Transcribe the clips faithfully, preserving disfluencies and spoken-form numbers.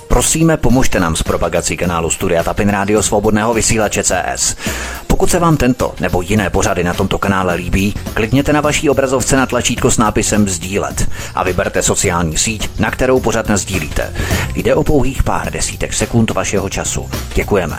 Prosíme, pomožte nám s propagací kanálu Studia Tapin Rádio Svobodného vysílače C S. Pokud se vám tento nebo jiné pořady na tomto kanále líbí, klikněte na vaší obrazovce na tlačítko s nápisem sdílet a vyberte sociální síť, na kterou pořad nasdílíte. Jde o pouhých pár desítek sekund vašeho času. Děkujeme.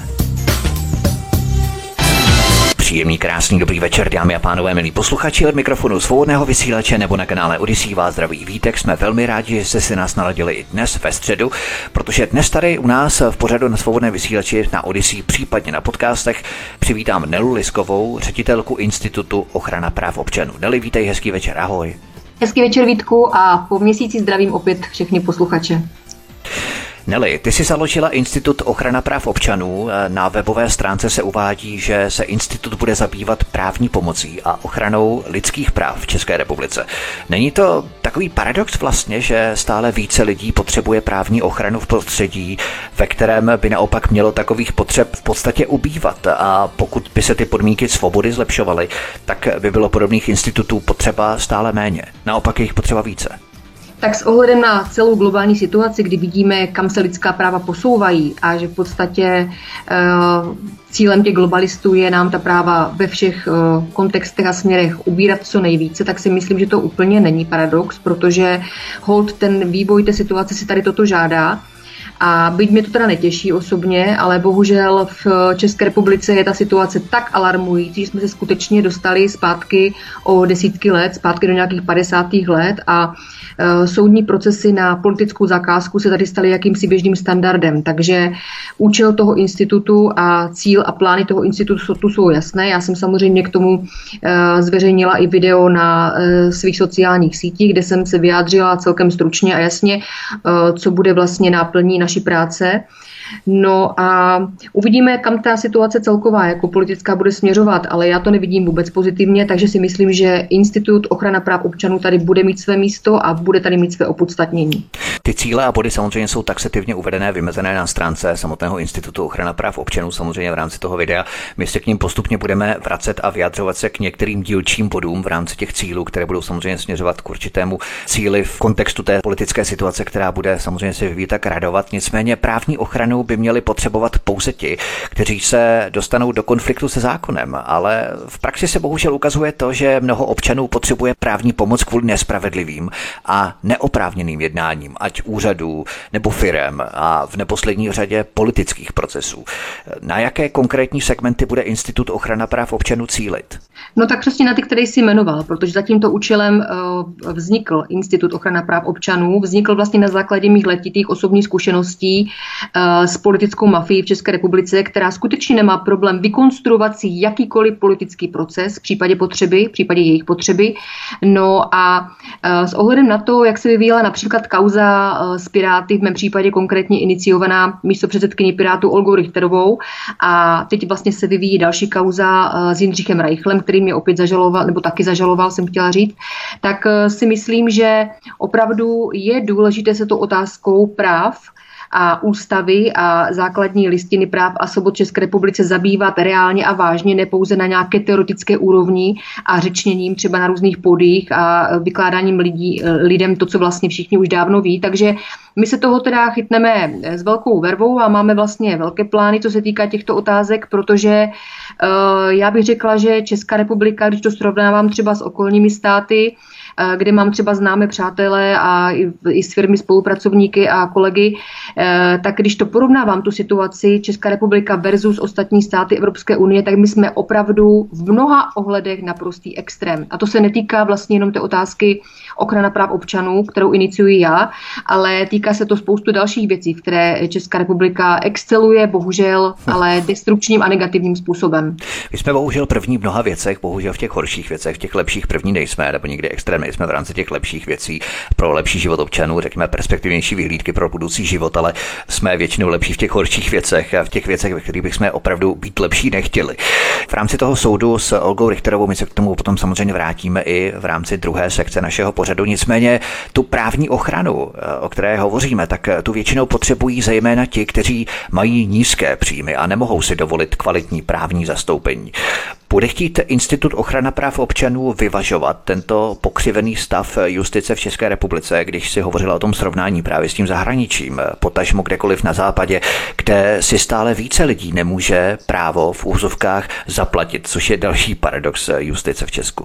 Příjemný, krásný, dobrý večer, dámy a pánové, milí posluchači, od mikrofonu Svobodného vysílače nebo na kanále Odyssey vás zdraví Vítek. Jsme velmi rádi, že jste si nás naladili i dnes ve středu, protože dnes tady u nás v pořadu na Svobodné vysílači na Odyssey, případně na podcastech, přivítám Nelu Liskovou, ředitelku Institutu ochrana práv občanů. Neli, vítej, hezký večer, ahoj. Hezký večer, Vítku, a po měsíci zdravím opět všechny posluchače. Neli, ty jsi založila Institut ochrana práv občanů. Na webové stránce se uvádí, že se institut bude zabývat právní pomocí a ochranou lidských práv v České republice. Není to takový paradox vlastně, že stále více lidí potřebuje právní ochranu v prostředí, ve kterém by naopak mělo takových potřeb v podstatě ubývat, a pokud by se ty podmínky svobody zlepšovaly, tak by bylo podobných institutů potřeba stále méně. Naopak je jich potřeba více. Tak s ohledem na celou globální situaci, kdy vidíme, kam se lidská práva posouvají a že v podstatě e, cílem těch globalistů je nám ta práva ve všech e, kontextech a směrech ubírat co nejvíce, tak si myslím, že to úplně není paradox, protože hold ten vývoj té situace si tady toto žádá. A byť mě to teda netěší osobně, ale bohužel v České republice je ta situace tak alarmující, že jsme se skutečně dostali zpátky o desítky let, zpátky do nějakých padesátých let a e, soudní procesy na politickou zakázku se tady staly jakýmsi běžným standardem. Takže účel toho institutu a cíl a plány toho institutu tu jsou jasné. Já jsem samozřejmě k tomu e, zveřejnila i video na e, svých sociálních sítích, kde jsem se vyjádřila celkem stručně a jasně, e, co bude vlastně náplní naší práce. No a uvidíme, kam ta situace celková jako politická bude směřovat, ale já to nevidím vůbec pozitivně, takže si myslím, že Institut ochrana práv občanů tady bude mít své místo a bude tady mít své opodstatnění. Ty cíle a body samozřejmě jsou taxativně uvedené, vymezené na stránce samotného Institutu ochrana práv občanů, samozřejmě v rámci toho videa. My se k ním postupně budeme vracet a vyjadřovat se k některým dílčím bodům v rámci těch cílů, které budou samozřejmě směřovat k určitému cíli v kontextu té politické situace, která bude samozřejmě se vyvíjet tak radovat. Nicméně právní ochranu by měli potřebovat pouze ti, kteří se dostanou do konfliktu se zákonem, ale v praxi se bohužel ukazuje to, že mnoho občanů potřebuje právní pomoc kvůli nespravedlivým a neoprávněným jednáním, ať úřadů nebo firem a v neposlední řadě politických procesů. Na jaké konkrétní segmenty bude Institut ochrana práv občanů cílit? No tak přesně na ty, které jsi jmenoval, protože za tímto účelem uh, vznikl Institut ochrana práv občanů, vznikl vlastně na základě mých letitých osobních zkušeností uh, s politickou mafií v České republice, která skutečně nemá problém vykonstruovat si jakýkoliv politický proces v případě potřeby, v případě jejich potřeby. No a uh, s ohledem na to, jak se vyvíjela například kauza uh, s Piráty, v mém případě konkrétně iniciovaná místopředsedkyní Pirátů Olgou Richterovou, a teď vlastně se vyvíjí další kauza uh, s Jindřichem Reichlem, který mě opět zažaloval, nebo taky zažaloval, jsem chtěla říct, tak si myslím, že opravdu je důležité se tou otázkou práv a ústavy a základní listiny práv a svobod České republice zabývat reálně a vážně, ne pouze na nějaké teoretické úrovni a řečněním třeba na různých podích a vykládáním lidí, lidem to, co vlastně všichni už dávno ví. Takže my se toho teda chytneme s velkou vervou a máme vlastně velké plány, co se týká těchto otázek, protože uh, já bych řekla, že Česká republika, když to srovnávám třeba s okolními státy, kde mám třeba známé přátelé a i s firmy spolupracovníky a kolegy, tak když to porovnávám tu situaci Česká republika versus ostatní státy Evropské unie, tak my jsme opravdu v mnoha ohledech naprostý extrém. A to se netýká vlastně jenom té otázky ochrana práv občanů, kterou iniciuji já, ale týká se to spoustu dalších věcí, v které Česká republika exceluje, bohužel, ale destrukčním a negativním způsobem. My jsme bohužel první v mnoha věcech, bohužel v těch horších věcech, v těch lepších první nejsme, nebo nikdy extrém nejsme v rámci těch lepších věcí pro lepší život občanů, řekněme perspektivnější vyhlídky pro budoucí život, ale jsme většinou lepší v těch horších věcech a v těch věcech, ve kterých bychom opravdu být lepší nechtěli. V rámci toho soudu s Olgou Richterovou my se k tomu potom samozřejmě vrátíme i v rámci druhé sekce našeho pořadu. Nicméně tu právní ochranu, o které hovoříme, tak tu většinou potřebují zejména ti, kteří mají nízké příjmy a nemohou si dovolit kvalitní právní zastoupení. Bude chtít Institut ochrana práv občanů vyvažovat tento pokřivený stav justice v České republice, když si hovořila o tom srovnání právě s tím zahraničím, potažmo kdekoliv na západě, kde si stále více lidí nemůže právo v úzovkách zaplatit, což je další paradox justice v Česku?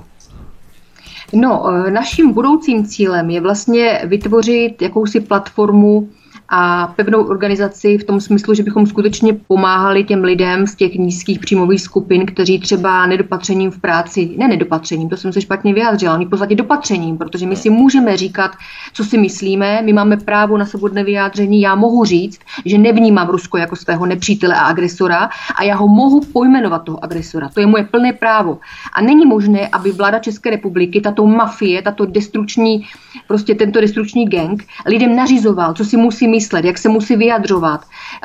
No, naším budoucím cílem je vlastně vytvořit jakousi platformu a pevnou organizaci v tom smyslu, že bychom skutečně pomáhali těm lidem z těch nízkých příjmových skupin, kteří třeba nedopatřením v práci, ne nedopatřením, to jsem se špatně vyjádřila, ale v podstatě dopatřením, protože my si můžeme říkat, co si myslíme, my máme právo na svobodné vyjádření, já mohu říct, že nevnímám Rusko jako svého nepřítele a agresora a já ho mohu pojmenovat toho agresora. To je moje plné právo. A není možné, aby vláda České republiky, tato mafie, tato destrukční, prostě tento destrukční gang lidem nařizoval, co si musí myslet, jak se musí vyjadřovat,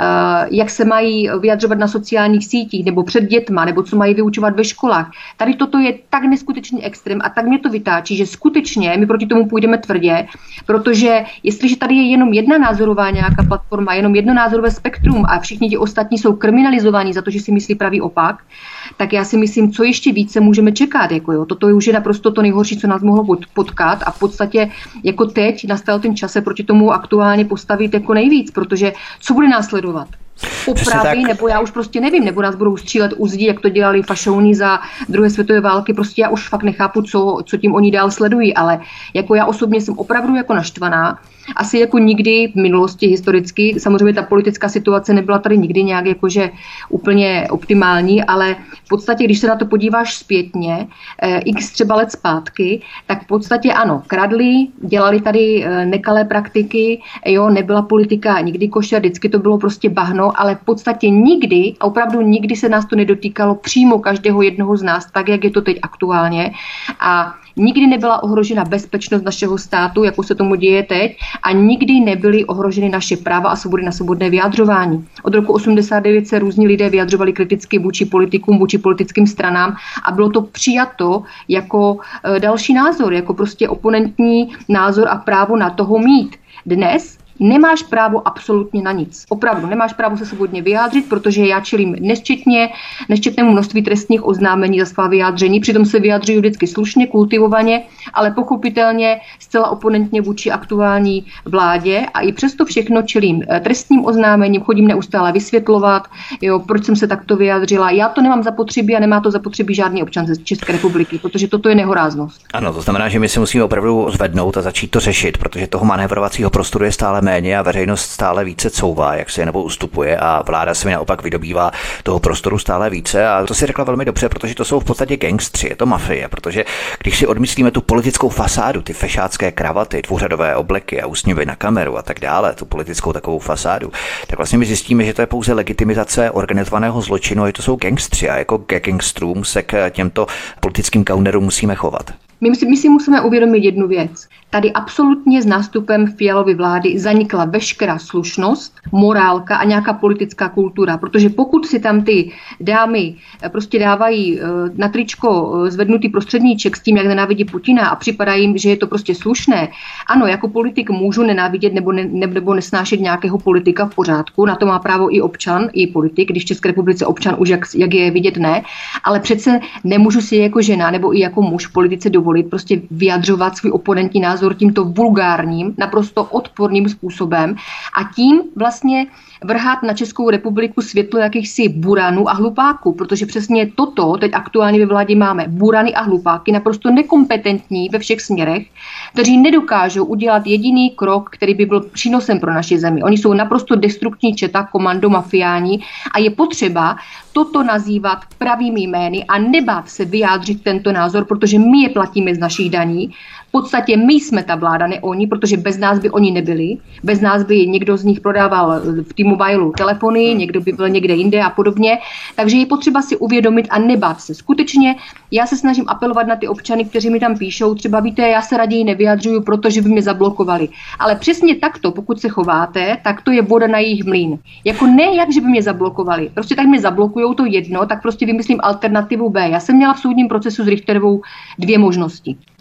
jak se mají vyjadřovat na sociálních sítích nebo před dětma, nebo co mají vyučovat ve školách. Tady toto je tak neskutečný extrém a tak mě to vytáčí, že skutečně my proti tomu půjdeme tvrdě, protože jestliže tady je jenom jedna názorová nějaká platforma, jenom jedno názorové spektrum a všichni ti ostatní jsou kriminalizováni za to, že si myslí pravý opak, tak já si myslím, co ještě více můžeme čekat. Jako jo. Toto je už je naprosto to nejhorší, co nás mohlo potkat a v podstatě jako teď nastal ten čas se proti tomu aktuálně postavit jako nejvíc, protože co bude následovat? Popravy, nebo já už prostě nevím, nebo nás budou střílet u zdí, jak to dělali fašouni za druhé světové války, prostě já už fakt nechápu, co, co tím oni dál sledují, ale jako já osobně jsem opravdu jako naštvaná, asi jako nikdy v minulosti historicky, samozřejmě ta politická situace nebyla tady nikdy nějak jakože úplně optimální, ale v podstatě, když se na to podíváš zpětně, eh, x třeba let zpátky, tak v podstatě ano, kradli, dělali tady eh, nekalé praktiky, jo, nebyla politika nikdy košer, vždycky to bylo prostě bahno, ale v podstatě nikdy, a opravdu nikdy se nás to nedotýkalo přímo každého jednoho z nás, tak, jak je to teď aktuálně a nikdy nebyla ohrožena bezpečnost našeho státu, jako se tomu děje teď, a nikdy nebyly ohroženy naše práva a svobody na svobodné vyjadřování. Od roku osmdesát devět se různí lidé vyjadřovali kriticky vůči politikům, vůči politickým stranám a bylo to přijato jako e, další názor, jako prostě oponentní názor a právo na toho mít. Dnes nemáš právo absolutně na nic. Opravdu, nemáš právo se svobodně vyjádřit, protože já čelím nesčetně, nesčetnému množství trestních oznámení za svá vyjádření, přitom se vyjadřuju vždycky slušně, kultivovaně, ale pochopitelně zcela oponentně vůči aktuální vládě a i přesto všechno čelím trestním oznámením, chodím neustále vysvětlovat, jo, proč jsem se takto vyjádřila. Já to nemám zapotřebí a nemá to zapotřebí žádný občan ze České republiky, protože toto je nehoráznost. Ano, to znamená, že my si musíme opravdu zvednout a začít to řešit, protože toho manévrovacího prostoru je stále méně a veřejnost stále více couvá, jak se nebo ustupuje a vláda se mi naopak vydobývá toho prostoru stále více a to si řekla velmi dobře, protože to jsou v podstatě gangstři, je to mafie, protože když si odmyslíme tu politickou fasádu, ty fešácké kravaty, dvouřadové obleky a úsměvy na kameru a tak dále, tu politickou takovou fasádu, tak vlastně my zjistíme, že to je pouze legitimizace organizovaného zločinu, že to jsou gangstři a jako ke gangstrům se k těmto politickým kaunerům musíme chovat. My si, my si musíme uvědomit jednu věc. Tady absolutně s nástupem Fialovy vlády zanikla veškerá slušnost, morálka a nějaká politická kultura, protože pokud si tam ty dámy prostě dávají na tričko zvednutý prostředníček s tím, jak nenávidí Putina a připadá jim, že je to prostě slušné, ano, jako politik můžu nenávidět nebo, ne, nebo nesnášet nějakého politika v pořádku, na to má právo i občan, i politik, když v České republice občan už jak, jak je vidět ne, ale přece nemůžu si jako žena nebo i jako muž v politice dovolit prostě vyjadřovat svůj oponentní názor tímto vulgárním, naprosto odporným způsobem a tím vlastně vrhat na Českou republiku světlo jakýchsi buranů a hlupáků, protože přesně toto teď aktuálně ve vládě máme. Burany a hlupáky, naprosto nekompetentní ve všech směrech, kteří nedokážou udělat jediný krok, který by byl přínosem pro naši zemi. Oni jsou naprosto destrukční četa, komando, mafiáni a je potřeba toto nazývat pravými jmény a nebát se vyjádřit tento názor, protože my je platíme z našich daní. V podstatě my jsme ta vláda, ne oni, protože bez nás by oni nebyli. Bez nás by někdo z nich prodával v T-Mobilu telefony, někdo by byl někde jinde a podobně. Takže je potřeba si uvědomit a nebát se. Skutečně já se snažím apelovat na ty občany, kteří mi tam píšou, třeba víte, já se raději nevyjadřuju, protože by mě zablokovali. Ale přesně takto, pokud se chováte, tak to je voda na jejich mlýn. Jako ne, jak že by mě zablokovali. Prostě tak mě zablokujou to jedno, tak prostě vymyslím alternativu B. Já jsem měla v soudním procesu s Richterovou dvě možnosti.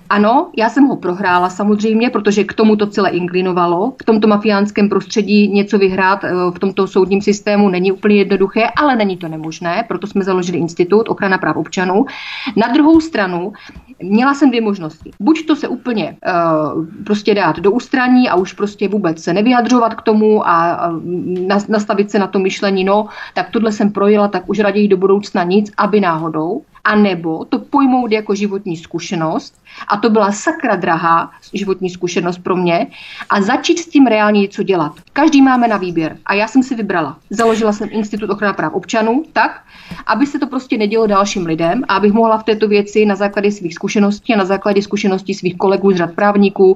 Ano, já jsem ho prohrála samozřejmě, protože k tomu to celé inklinovalo. V tomto mafiánském prostředí něco vyhrát v tomto soudním systému není úplně jednoduché, ale není to nemožné, proto jsme založili Institut ochrana práv občanů. Na druhou stranu měla jsem dvě možnosti. Buď to se úplně uh, prostě dát do ústraní a už prostě vůbec se nevyjadřovat k tomu a uh, nastavit se na to myšlení, no, tak tohle jsem projela, tak už raději do budoucna nic, aby náhodou. A nebo to pojmout jako životní zkušenost, a to byla sakra drahá životní zkušenost pro mě, a začít s tím reálně něco dělat. Každý máme na výběr a já jsem si vybrala. Založila jsem Institut ochrana práv občanů tak, aby se to prostě nedělo dalším lidem a abych mohla v této věci na základě svých zkušeností a na základě zkušeností svých kolegů z řad právníků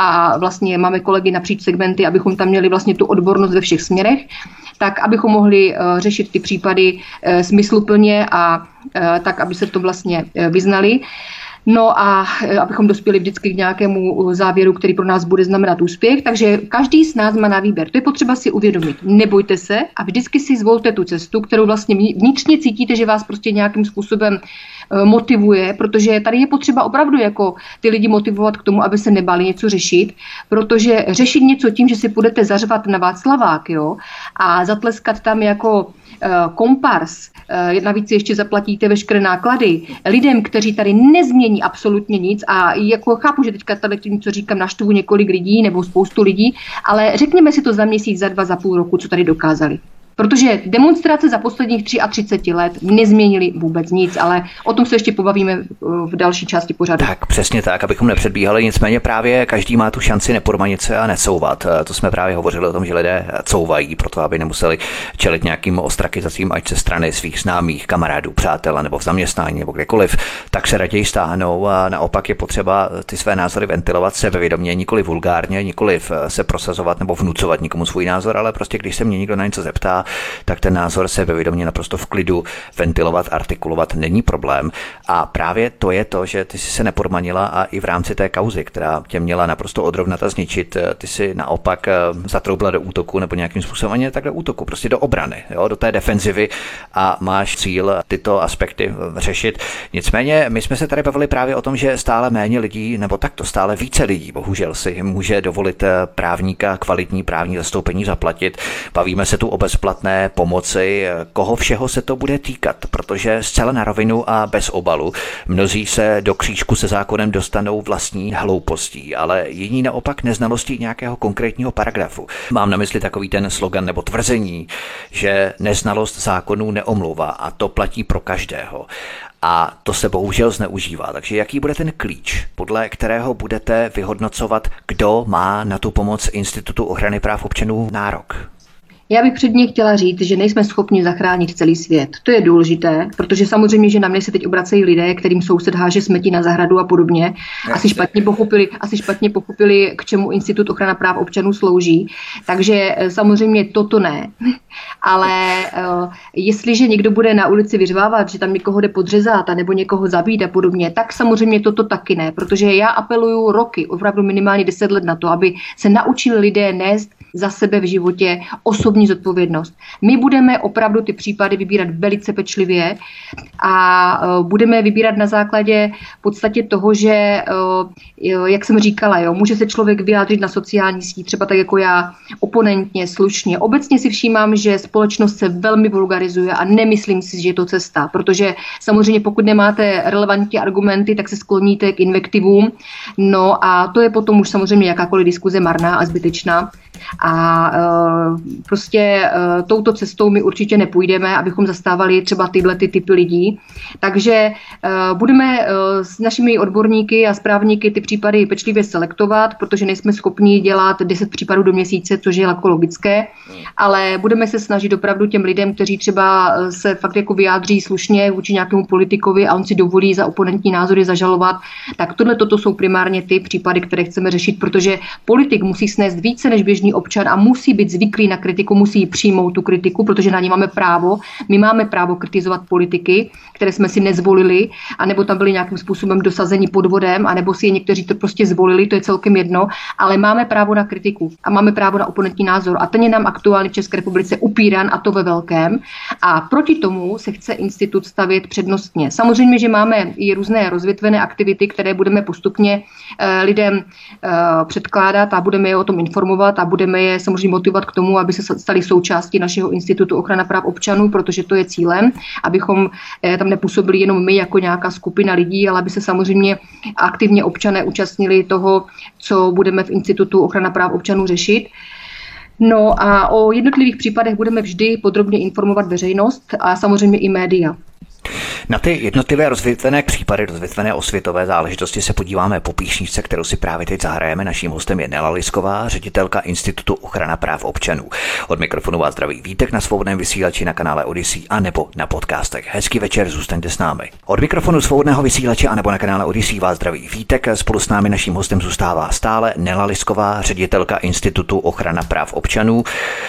a vlastně máme kolegy napříč segmenty, abychom tam měli vlastně tu odbornost ve všech směrech, tak abychom mohli uh, řešit ty případy uh, smysluplně a uh, tak, aby se to vlastně uh, vyznali. No a abychom dospěli vždycky k nějakému závěru, který pro nás bude znamenat úspěch. Takže každý z nás má na výběr. To je potřeba si uvědomit. Nebojte se a vždycky si zvolte tu cestu, kterou vlastně vnitřně cítíte, že vás prostě nějakým způsobem motivuje, protože tady je potřeba opravdu jako ty lidi motivovat k tomu, aby se nebáli něco řešit, protože řešit něco tím, že si půjdete zařvat na Václavák, jo, a zatleskat tam jako kompars, navíc ještě zaplatíte veškeré náklady lidem, kteří tady nezmění absolutně nic a jako chápu, že teďka tady tím, co říkám, naštvu několik lidí nebo spoustu lidí, ale řekněme si to za měsíc, za dva, za půl roku, co tady dokázali. Protože demonstrace za posledních třicet tři let nezměnily vůbec nic, ale o tom se ještě pobavíme v další části pořadu. Tak přesně tak, abychom nepředbíhali, nicméně právě každý má tu šanci nepormanit se a necouvat. To jsme právě hovořili o tom, že lidé couvají, proto aby nemuseli čelit nějakým ostrakizacím, ať ze strany svých známých, kamarádů, přátel nebo v zaměstnání nebo kdekoliv, tak se raději stáhnou a naopak je potřeba ty své názory ventilovat sebevědomě, nikoli vulgárně, nikoli se prosazovat nebo vnucovat nikomu svůj názor, ale prostě když se mě někdo na něco zeptá, tak ten názor sebevědomě naprosto v klidu ventilovat, artikulovat není problém. A právě to je to, že ty jsi se nepodmanila a i v rámci té kauzy, která tě měla naprosto odrovnat a zničit, ty si naopak zatroubla do útoku nebo nějakým způsobem ani tak do útoku, prostě do obrany, jo, do té defenzivy a máš cíl tyto aspekty řešit. Nicméně my jsme se tady bavili právě o tom, že stále méně lidí, nebo takto stále více lidí, bohužel si může dovolit právníka, kvalitní právní zastoupení zaplatit. Bavíme se tu o bezplatné pomoci, koho všeho se to bude týkat, protože zcela na rovinu a bez obalu mnozí se do křížku se zákonem dostanou vlastní hloupostí, ale jiní naopak neznalostí nějakého konkrétního paragrafu. Mám na mysli takový ten slogan nebo tvrzení, že neznalost zákonů neomlouvá a to platí pro každého. A to se bohužel zneužívá. Takže jaký bude ten klíč, podle kterého budete vyhodnocovat, kdo má na tu pomoc Institutu ochrany práv občanů nárok? Já bych předně chtěla říct, že nejsme schopni zachránit celý svět. To je důležité, protože samozřejmě, že na mě se teď obracejí lidé, kterým soused háže smeti na zahradu a podobně. Asi špatně pochopili, asi špatně pochopili, k čemu Institut ochrana práv občanů slouží. Takže samozřejmě toto ne. Ale uh, jestliže někdo bude na ulici vyřvávat, že tam někoho jde podřezat a nebo někoho zabít a podobně, tak samozřejmě toto taky ne. Protože já apeluju roky, opravdu minimálně deset let na to, aby se naučili lidé nést za sebe v životě osobní zodpovědnost. My budeme opravdu ty případy vybírat velice pečlivě a uh, budeme vybírat na základě v podstatě toho, že, uh, jak jsem říkala, jo, může se člověk vyjádřit na sociální síti, třeba tak jako já, oponentně, slušně. Obecně si všímám, že společnost se velmi vulgarizuje a nemyslím si, že je to cesta, protože samozřejmě pokud nemáte relevantní argumenty, tak se skloníte k invektivům, no a to je potom už samozřejmě jakákoliv diskuze marná a zbytečná. A uh, prostě uh, touto cestou my určitě nepůjdeme, abychom zastávali třeba tyhle ty typy lidí. Takže uh, budeme uh, s našimi odborníky a správníky ty případy pečlivě selektovat, protože nejsme schopni dělat deset případů do měsíce, což je jako logické, ale budeme se snažit opravdu těm lidem, kteří třeba se fakt jako vyjádří slušně vůči nějakému politikovi a on si dovolí za oponentní názory zažalovat, tak tohle toto jsou primárně ty případy, které chceme řešit, protože politik musí snést více než běžný běžný občan a musí být zvyklý na kritiku, musí přijmout tu kritiku, protože na ní máme právo. My máme právo kritizovat politiky, které jsme si nezvolili, anebo tam byli nějakým způsobem dosazení podvodem, anebo si je někteří to prostě zvolili, to je celkem jedno, ale máme právo na kritiku a máme právo na oponentní názor. A ten je nám aktuálně v České republice upírán, a to ve velkém. A proti tomu se chce institut stavět přednostně. Samozřejmě, že máme i různé rozvětvené aktivity, které budeme postupně eh, lidem eh, předkládat a budeme je o tom informovat a budeme je samozřejmě motivovat k tomu, aby se stali součástí našeho institutu ochrana práv občanů, protože to je cílem, abychom eh, tam nepůsobili jenom my jako nějaká skupina lidí, ale aby se samozřejmě aktivně občané účastnili toho, co budeme v institutu ochrana práv občanů řešit. No a o jednotlivých případech budeme vždy podrobně informovat veřejnost a samozřejmě i média. Na ty jednotlivé rozvětvené případy, rozvětvené osvětové záležitosti se podíváme po píšničce, kterou si právě teď zahrajeme. Naším hostem je Nela Lisková, ředitelka Institutu ochrana práv občanů. Od mikrofonu vás zdraví Vítek na svobodném vysílači na kanále Odyssey a nebo na podcastech. Hezký večer, zůstaňte s námi. Od mikrofonu svobodného vysílače a nebo na kanále Odyssey vás zdraví Vítek. Spolu s námi naším hostem zůstává stále Nela Lisková, ředitelka Institutu ochrana práv občanů.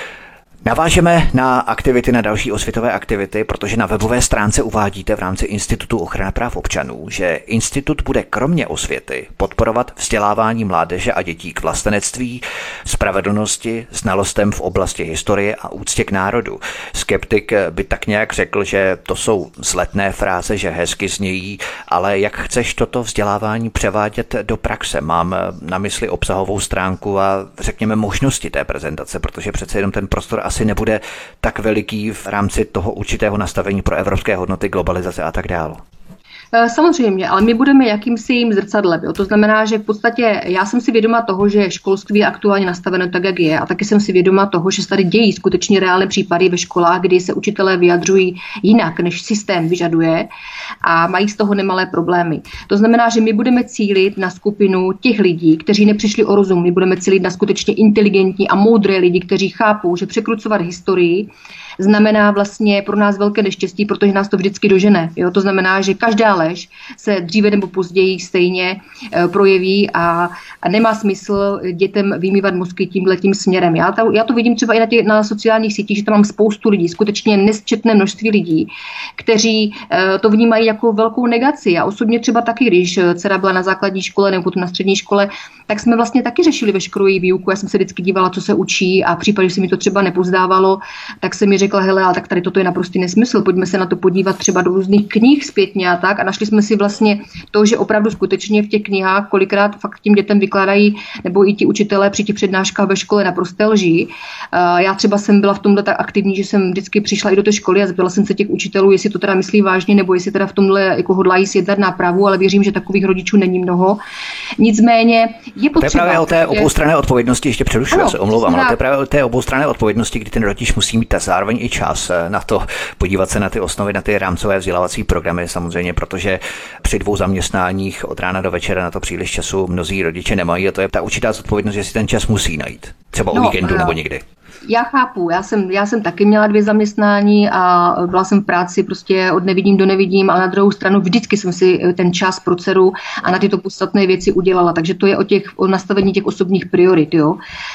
Navážeme na aktivity, na další osvětové aktivity, protože na webové stránce uvádíte v rámci Institutu ochrana práv občanů, že institut bude kromě osvěty podporovat vzdělávání mládeže a dětí k vlastenectví, spravedlnosti, znalostem v oblasti historie a úctě k národu. Skeptik by tak nějak řekl, že to jsou vzletné fráze, že hezky znějí, ale jak chceš toto vzdělávání převádět do praxe? Mám na mysli obsahovou stránku a řekněme možnosti té prezentace, protože přece jenom ten prostor asi nebude tak veliký v rámci toho určitého nastavení pro evropské hodnoty, globalizace a tak dále. Samozřejmě, ale my budeme jakýmsi jim zrcadlem. Jo. To znamená, že v podstatě já jsem si vědoma toho, že školství je aktuálně nastaveno tak, jak je, a taky jsem si vědoma toho, že se tady dějí skutečně reálné případy ve školách, kdy se učitelé vyjadřují jinak, než systém vyžaduje, a mají z toho nemalé problémy. To znamená, že my budeme cílit na skupinu těch lidí, kteří nepřišli o rozum. My budeme cílit na skutečně inteligentní a moudré lidi, kteří chápou, že překrucovat historii znamená vlastně pro nás velké neštěstí, protože nás to vždycky dožene. Jo? To znamená, že každá lež se dříve nebo později stejně e, projeví a, a nemá smysl dětem vymývat mozky tímhletím směrem. Já to, já to vidím třeba i na, tě, na sociálních sítích, že tam mám spoustu lidí, skutečně nesčetné množství lidí, kteří e, to vnímají jako velkou negaci. Já osobně třeba taky, když dcera byla na základní škole nebo potom na střední škole, tak jsme vlastně taky řešili veškerou její výuku. Já jsem se vždycky dívala, co se učí, a v případě, že se mi to třeba nepozdávalo, tak se mi řekla, hele, ale tak tady toto je naprostý nesmysl, pojďme se na to podívat třeba do různých knih zpětně a tak, a našli jsme si vlastně to, že opravdu skutečně v těch knihách kolikrát fakt tím dětem vykládají, nebo i ti učitelé při těch přednáškách ve škole naprosté lži. Já třeba jsem byla v tomhle tak aktivní, že jsem vždycky přišla i do té školy a zeptala jsem se těch učitelů, jestli to teda myslí vážně, nebo jestli teda v tomhle jako hodlají sjednat nápravu, ale věřím, že takových rodičů není mnoho. Nicméně je potřeba. To je právě o té oboustranné odpovědnosti, ještě přerušuji, já se omlouvám, ale to je právě o té oboustranné odpovědnosti, kdy ten rodič musí mít zároveň i čas na to podívat se na ty osnovy, na ty rámcové vzdělávací programy samozřejmě, protože při dvou zaměstnáních od rána do večera na to příliš času mnozí rodiče nemají, a to je ta určitá zodpovědnost, že si ten čas musí najít. Třeba no, o víkendu no. nebo někdy. Já chápu, já jsem, já jsem taky měla dvě zaměstnání a byla jsem v práci prostě od nevidím do nevidím, ale na druhou stranu vždycky jsem si ten čas pro dceru a na tyto podstatné věci udělala, takže to je o, těch, o nastavení těch osobních priorit. Jo.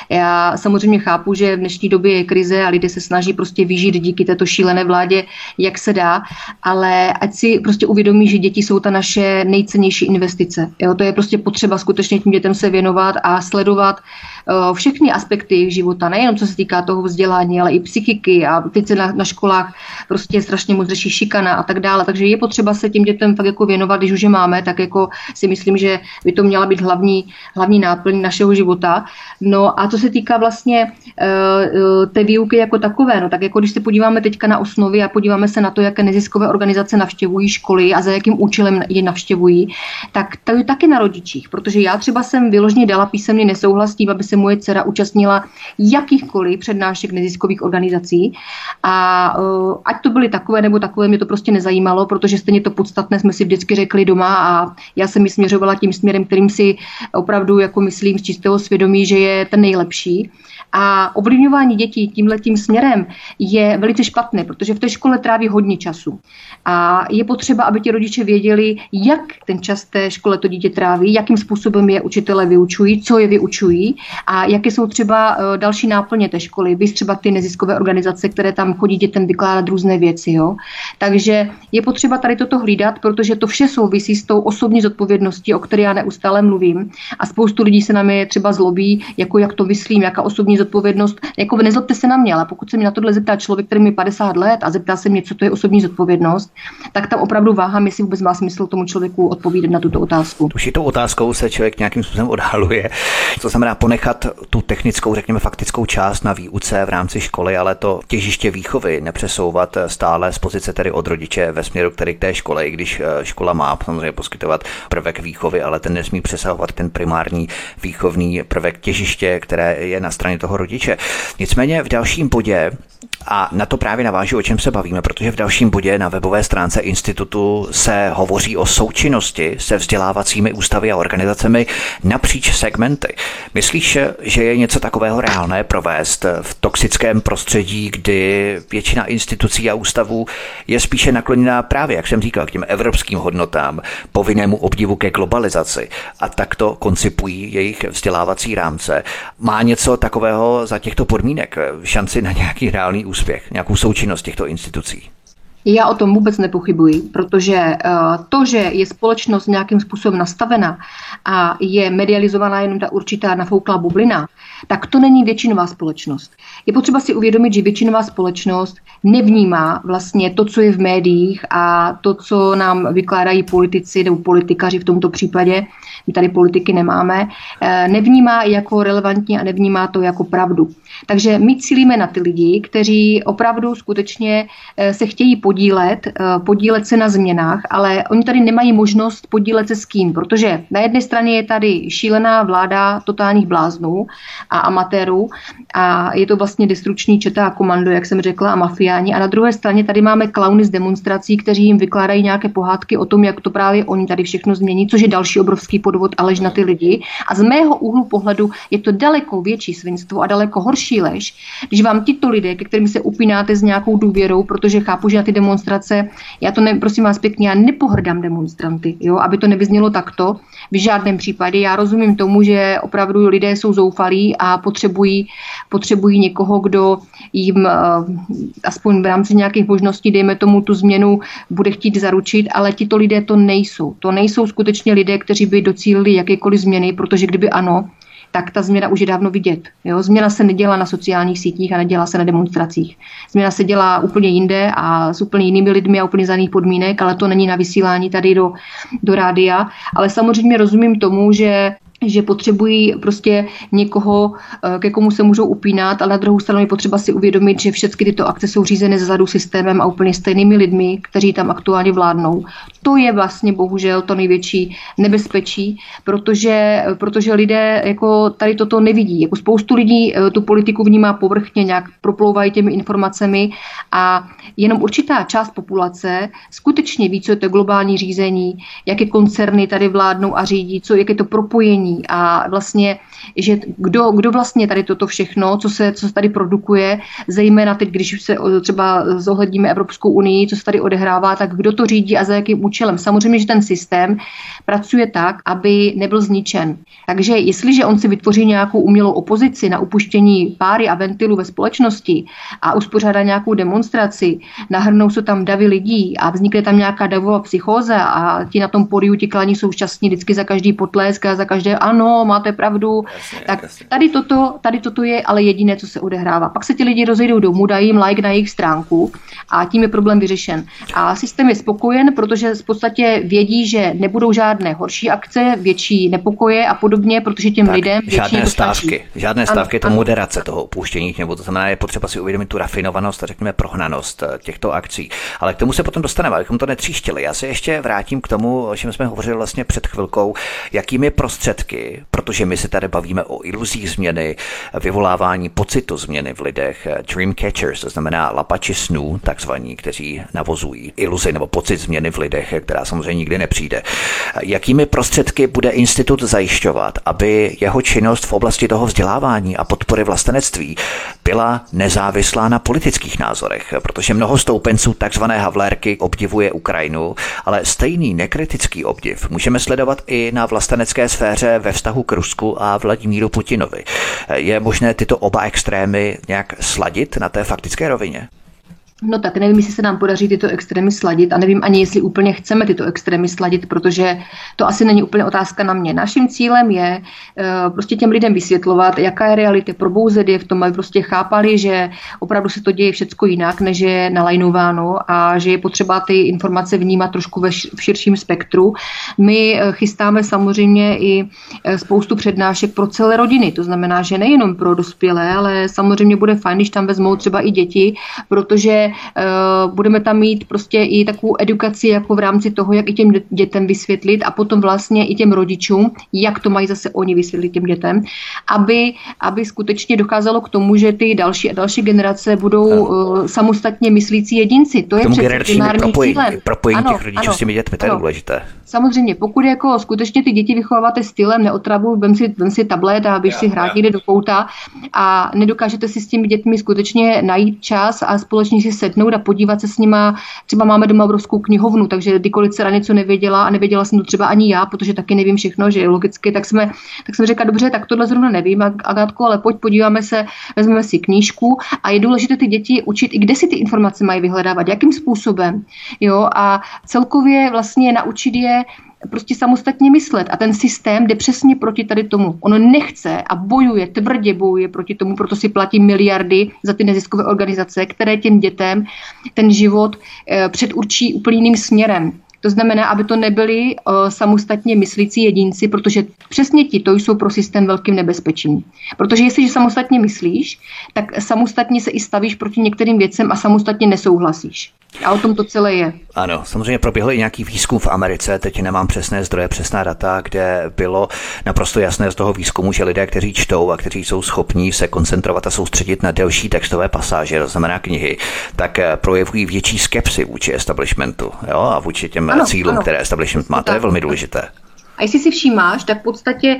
Já samozřejmě chápu, že v dnešní době je krize a lidé se snaží prostě vyžít díky této šílené vládě, jak se dá, ale ať si prostě uvědomí, že děti jsou ta naše nejcennější investice. Jo. To je prostě potřeba skutečně tím dětem se věnovat a sledovat uh, všechny aspekty jejich života, nejenom co se týká toho vzdělání, ale i psychiky, a teď se na, na školách prostě strašně moc řeší šikana a tak dále, takže je potřeba se těm dětem fakt jako věnovat, když už je máme, tak jako si myslím, že by to měla být hlavní, hlavní náplň našeho života. No a co se týká vlastně uh, té výuky jako takové, no tak jako když se podíváme teďka na osnovy a podíváme se na to, jaké neziskové organizace navštěvují školy a za jakým účelem je navštěvují, tak to je taky na rodičích, protože já třeba jsem vyloženě dala písemný nesouhlas s tím, aby se moje dcera účastnila jakýchkoliv přednášek neziskových organizací, a uh, ať to byly takové nebo takové, mě to prostě nezajímalo, protože stejně to podstatné jsme si vždycky řekli doma a já jsem ji směřovala tím směrem, kterým si opravdu jako myslím z čistého svědomí, že je ten nejlepší. A ovlivňování dětí tímhletím směrem je velice špatné, protože v té škole tráví hodně času. A je potřeba, aby ti rodiče věděli, jak ten čas té škole to dítě tráví, jakým způsobem je učitelé vyučují, co je vyučují a jaké jsou třeba další náplně té školy, vys třeba ty neziskové organizace, které tam chodí dětem vykládat různé věci. Jo? Takže je potřeba tady toto hlídat, protože to vše souvisí s tou osobní zodpovědností, o které já neustále mluvím. A spoustu lidí se na mě třeba zlobí, jako jak to myslím, jaká osobní zodpovědnost. Jako nezlobte se na mě, ale pokud se mě na tohle zeptá člověk, který mi padesát let a zeptá se mě, co to je osobní zodpovědnost, tak tam opravdu váhám, jestli vůbec má smysl tomu člověku odpovídat na tuto otázku. Už i tou otázkou se člověk nějakým způsobem odhaluje. To znamená ponechat tu technickou, řekněme faktickou část na výuce v rámci školy, ale to těžiště výchovy nepřesouvat stále z pozice tedy od rodiče ve směru, který k té škole, i když škola má samozřejmě poskytovat prvek výchovy, ale ten nesmí přesahovat ten primární výchovný prvek těžiště, které je na straně toho rodiče. Nicméně v dalším bodě, a na to právě navážu, o čem se bavíme, protože v dalším bodě na webové stránce institutu se hovoří o součinnosti se vzdělávacími ústavy a organizacemi napříč segmenty. Myslíš, že je něco takového reálné provést v toxickém prostředí, kdy většina institucí a ústavů je spíše nakloněná právě, jak jsem říkal, k těm evropským hodnotám, povinnému obdivu ke globalizaci a takto koncipují jejich vzdělávací rámce? Má něco takového za těchto podmínek šanci na nějaký reálný úspěch, nějakou součinnost těchto institucí? Já o tom vůbec nepochybuji, protože to, že je společnost nějakým způsobem nastavena a je medializovaná jenom ta určitá nafouklá bublina, tak to není většinová společnost. Je potřeba si uvědomit, že většinová společnost nevnímá vlastně to, co je v médiích a to, co nám vykládají politici nebo politikaři v tomto případě, my tady politiky nemáme, nevnímá jako relevantní a nevnímá to jako pravdu. Takže my cílíme na ty lidi, kteří opravdu skutečně se chtějí podílet, podílet se na změnách, ale oni tady nemají možnost podílet se s kým, protože na jedné straně je tady šílená vláda totálních bláznů a amatérů a je to vlastně destrukční četa a komando, jak jsem řekla, a mafiáni. A na druhé straně tady máme klauny z demonstrací, kteří jim vykládají nějaké pohádky o tom, jak to právě oni tady všechno změní, což je další obrovský podvod a lež na ty lidi. A z mého úhlu pohledu je to daleko větší svinstvo a daleko horší lež, když vám tito lidé, ke kterým se upínáte s nějakou důvěrou, protože chápu, že na ty demonstrace, já to ne, prosím vás pěkně, já nepohrdám demonstranty, jo, aby to nevyznělo takto. V žádném případě. Já rozumím tomu, že opravdu lidé jsou zoufalí a potřebují, potřebují někoho, kdo jim aspoň v rámci nějakých možností, dejme tomu, tu změnu bude chtít zaručit, ale tito lidé to nejsou. To nejsou skutečně lidé, kteří by docílili jakékoliv změny, protože kdyby ano, tak ta změna už je dávno vidět. Jo? Změna se nedělá na sociálních sítích a nedělá se na demonstracích. Změna se dělá úplně jinde a s úplně jinými lidmi a úplně za jiných podmínek, ale to není na vysílání tady do, do rádia. Ale samozřejmě rozumím tomu, že že potřebují prostě někoho, ke komu se můžou upínat, ale na druhou stranu je potřeba si uvědomit, že všechny tyto akce jsou řízeny zezadu systémem a úplně stejnými lidmi, kteří tam aktuálně vládnou. To je vlastně bohužel to největší nebezpečí, protože, protože lidé jako tady toto nevidí. Jako spoustu lidí tu politiku vnímá povrchně, nějak proplouvají těmi informacemi a jenom určitá část populace skutečně ví, co je to globální řízení, jaké koncerny tady vládnou a řídí, co, jak je to propojení a vlastně, že kdo, kdo vlastně tady toto všechno, co se, co se tady produkuje, zejména teď, když se třeba zohledníme Evropskou unii, co se tady odehrává, tak kdo to řídí a za jakým účelem. Samozřejmě, že ten systém pracuje tak, aby nebyl zničen. Takže jestliže on si vytvoří nějakou umělou opozici na upuštění páry a ventilu ve společnosti a uspořádá nějakou demonstraci, nahrnou se tam davy lidí a vznikne tam nějaká davová psychóza a ti na tom pódiu, ti klaní jsou šťastní vždycky za každý potlesk a za každé ano, máte pravdu. Jasně, tak jasně. Tady, toto, tady toto je ale jediné, co se odehrává. Pak se ti lidi rozejdou domů, dají jim like na jejich stránku a tím je problém vyřešen. A systém je spokojen, protože v podstatě vědí, že nebudou žádné horší akce, větší nepokoje a podobně, protože těm tak, lidem žádné stávky, žádné stávky, to moderace toho opuštění, nebo to znamená, je potřeba si uvědomit tu rafinovanost a řekněme prohnanost těchto akcí. Ale k tomu se potom dostaneme, abychom to netříštili. Já se ještě vrátím k tomu, o čem jsme hovořili vlastně před chvilkou, jakými prostředky, protože my se tady bavíme bavíme o iluzích změny, vyvolávání pocitu změny v lidech, dream catchers, to znamená lapači snů, takzvaní, kteří navozují iluzi nebo pocit změny v lidech, která samozřejmě nikdy nepřijde. Jakými prostředky bude institut zajišťovat, aby jeho činnost v oblasti toho vzdělávání a podpory vlastenectví byla nezávislá na politických názorech, protože mnoho stoupenců takzvané havlérky obdivuje Ukrajinu, ale stejný nekritický obdiv můžeme sledovat i na vlastenecké sféře ve vztahu k Rusku a Vladimíru Putinovi. Je možné tyto oba extrémy nějak sladit na té faktické rovině? No tak nevím, jestli se nám podaří tyto extrémy sladit a nevím ani, jestli úplně chceme tyto extrémy sladit, protože to asi není úplně otázka na mě. Naším cílem je uh, prostě těm lidem vysvětlovat, jaká je realita, probouzet je v tom, aby prostě chápali, že opravdu se to děje všecko jinak, než je nalajnováno a že je potřeba ty informace vnímat trošku ve š- v širším spektru. My uh, chystáme samozřejmě i uh, spoustu přednášek pro celé rodiny, to znamená, že nejenom pro dospělé, ale samozřejmě bude fajn, když tam vezmou třeba i děti, protože Uh, budeme tam mít prostě i takovou edukaci jako v rámci toho, jak i těm dětem vysvětlit a potom vlastně i těm rodičům, jak to mají zase oni vysvětlit těm dětem, aby, aby skutečně docházelo k tomu, že ty další a další generace budou uh, samostatně myslící jedinci. To je přece primární cílem. Propojení ano, těch rodičů ano, s těmi dětmi, to je důležité. Samozřejmě, pokud jako skutečně ty děti vychováváte stylem neotravu, vem si, vem si tablet a běž si hrát někde do kouta a nedokážete si s těmi dětmi skutečně najít čas a společně si sednout a podívat se s nima. Třeba máme doma obrovskou knihovnu, takže kdykoliv dcera něco nevěděla a nevěděla jsem to třeba ani já, protože taky nevím všechno, že je logicky, tak jsme, tak jsem řekla, dobře, tak tohle zrovna nevím, Agátko, ale pojď podíváme se, vezmeme si knížku a je důležité ty děti učit, i kde si ty informace mají vyhledávat, jakým způsobem. Jo, a celkově vlastně naučit je prostě samostatně myslet. A ten systém jde přesně proti tady tomu. Ono nechce a bojuje, tvrdě bojuje proti tomu, proto si platí miliardy za ty neziskové organizace, které těm dětem ten život eh, předurčí úplně jiným směrem. To znamená, aby to nebyli uh, samostatně myslící jedinci, protože přesně ti to jsou pro systém velkým nebezpečím. Protože jestliže samostatně myslíš, tak samostatně se i stavíš proti některým věcem a samostatně nesouhlasíš. A o tom to celé je. Ano, samozřejmě proběhl i nějaký výzkum v Americe, teď nemám přesné zdroje, přesná data, kde bylo naprosto jasné z toho výzkumu, že lidé, kteří čtou a kteří jsou schopní se koncentrovat a soustředit na delší textové pasáže, to znamená knihy, tak projevují větší skepsi vůči establishmentu, jo, a vůči těm ano, cílům, ano. které establishment má. To je velmi důležité. A jestli si všímáš, tak v podstatě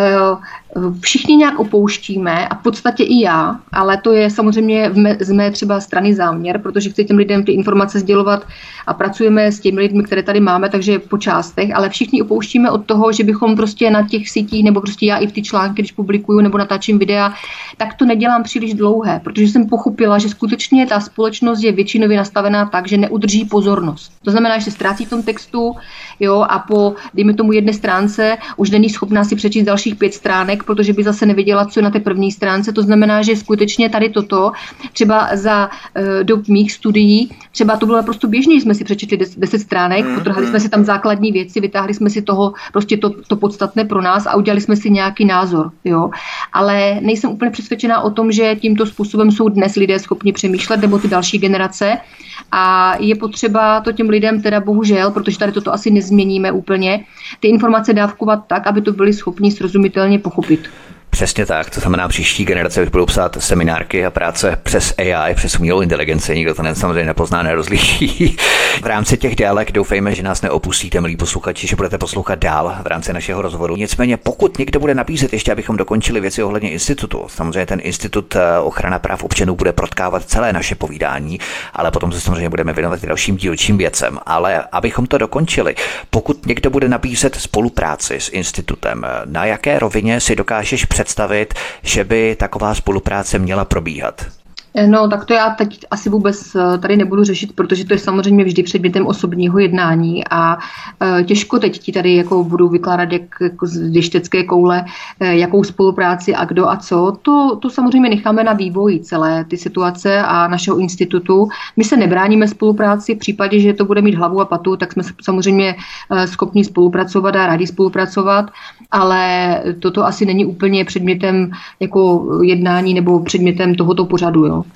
uh, všichni nějak opouštíme a v podstatě i já, ale to je samozřejmě v mé, z mé třeba strany záměr, protože chci těm lidem ty informace sdělovat a pracujeme s těmi lidmi, které tady máme, takže po částech, ale všichni opouštíme od toho, že bychom prostě na těch sítích, nebo prostě já i v ty články, když publikuju nebo natáčím videa, tak to nedělám příliš dlouhé, protože jsem pochopila, že skutečně ta společnost je většinově nastavená tak, že neudrží pozornost. To znamená, že se ztrácí v tom textu, jo, a po, dejme tomu, jedné stránce už není schopná si přečíst dalších pět stránek, protože by zase nevěděla, co je na té první stránce. To znamená, že skutečně tady toto, třeba za uh, dob mých studií, třeba to bylo naprosto běžné, jsme si přečetli deset stránek, potrhali jsme si tam základní věci, vytáhli jsme si toho prostě to, to podstatné pro nás a udělali jsme si nějaký názor. Jo. Ale nejsem úplně přesvědčená o tom, že tímto způsobem jsou dnes lidé schopni přemýšlet, nebo ty další generace. A je potřeba to těm lidem teda bohužel, protože tady toto asi nezměníme úplně, ty informace dávkovat tak, aby to byli schopni srozumitelně pochopit. Přesně tak, to znamená příští generace už budou psát seminárky a práce přes A I, přes umělou inteligenci, nikdo to ne, samozřejmě nepozná, nerozliší. V rámci těch délek doufejme, že nás neopustíte, milí posluchači, že budete poslouchat dál v rámci našeho rozhovoru. Nicméně, pokud někdo bude nabízet, ještě abychom dokončili věci ohledně institutu, samozřejmě ten institut ochrana práv občanů bude protkávat celé naše povídání, ale potom se samozřejmě budeme věnovat i dalším dílčím věcem. Ale abychom to dokončili, pokud někdo bude nabízet spolupráci s institutem, na jaké rovině si dokážeš představit, že by taková spolupráce měla probíhat? No, tak to já teď asi vůbec tady nebudu řešit, protože to je samozřejmě vždy předmětem osobního jednání a e, těžko teď ti tady jako budu vykládat jak, jako z věštecké koule, e, jakou spolupráci a kdo a co. To, to samozřejmě necháme na vývoji celé ty situace a našeho institutu. My se nebráníme spolupráci, v případě, že to bude mít hlavu a patu, tak jsme samozřejmě e, schopni spolupracovat a rádi spolupracovat, ale toto asi není úplně předmětem jako jednání nebo předmětem tohoto pořadu, jo.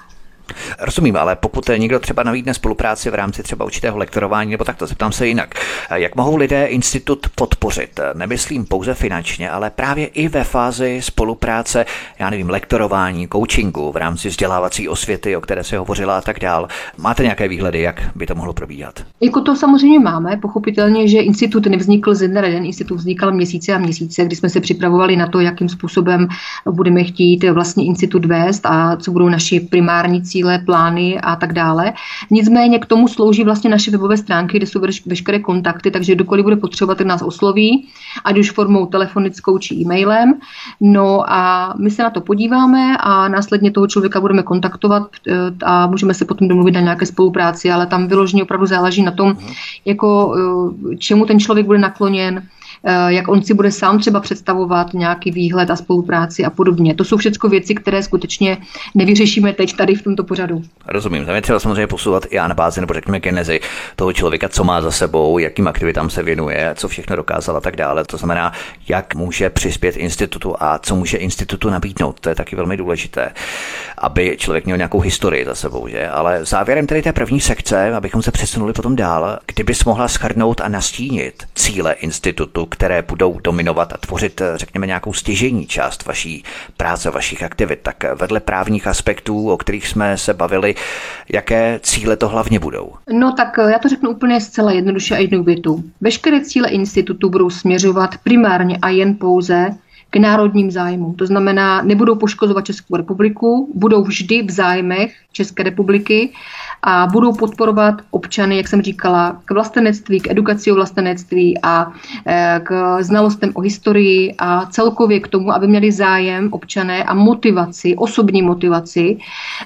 Rozumím, ale pokud někdo třeba nabídne spolupráci v rámci třeba určitého lektorování, nebo takto, zeptám se jinak. Jak mohou lidé institut podpořit? Nemyslím pouze finančně, ale právě i ve fázi spolupráce, já nevím, lektorování, coachingu v rámci vzdělávací osvěty, o které se hovořila a tak dál. Máte nějaké výhledy, jak by to mohlo probíhat? Jako to samozřejmě máme, pochopitelně, že institut nevznikl ze dne na den, institut vznikal měsíce a měsíce, kdy jsme se připravovali na to, jakým způsobem budeme chtít vlastně institut vést a co budou naši primární cíle, plány a tak dále. Nicméně k tomu slouží vlastně naše webové stránky, kde jsou veškeré kontakty, takže kdokoliv bude potřebovat, tak nás osloví, ať už formou telefonickou či e-mailem. No a my se na to podíváme a následně toho člověka budeme kontaktovat a můžeme se potom domluvit na nějaké spolupráci, ale tam vyloženě opravdu záleží na tom, jako čemu ten člověk bude nakloněn, jak on si bude sám třeba představovat nějaký výhled a spolupráci a podobně. To jsou všechno věci, které skutečně nevyřešíme teď tady v tomto pořadu. Rozumím. Tam je třeba samozřejmě posouvat i na bázi nebo řekněme genezi toho člověka, co má za sebou, jakým aktivitám se věnuje, co všechno dokázal a tak dále. To znamená, jak může přispět institutu a co může institutu nabídnout. To je taky velmi důležité, aby člověk měl nějakou historii za sebou, že? Ale závěrem tedy té první sekce, abychom se přesunuli potom dál, kdybys mohla shrnout a nastínit cíle institutu, které budou dominovat a tvořit, řekněme, nějakou stěžejní část vaší práce, vašich aktivit, tak vedle právních aspektů, o kterých jsme se bavili, jaké cíle to hlavně budou? No tak já to řeknu úplně zcela jednoduše a jednou větu. Veškeré cíle institutu budou směřovat primárně a jen pouze k národním zájmům. To znamená, nebudou poškozovat Českou republiku, budou vždy v zájmech České republiky a budou podporovat občany, jak jsem říkala, k vlastenectví, k edukaci o vlastenectví a k znalostem o historii a celkově k tomu, aby měli zájem občané a motivaci, osobní motivaci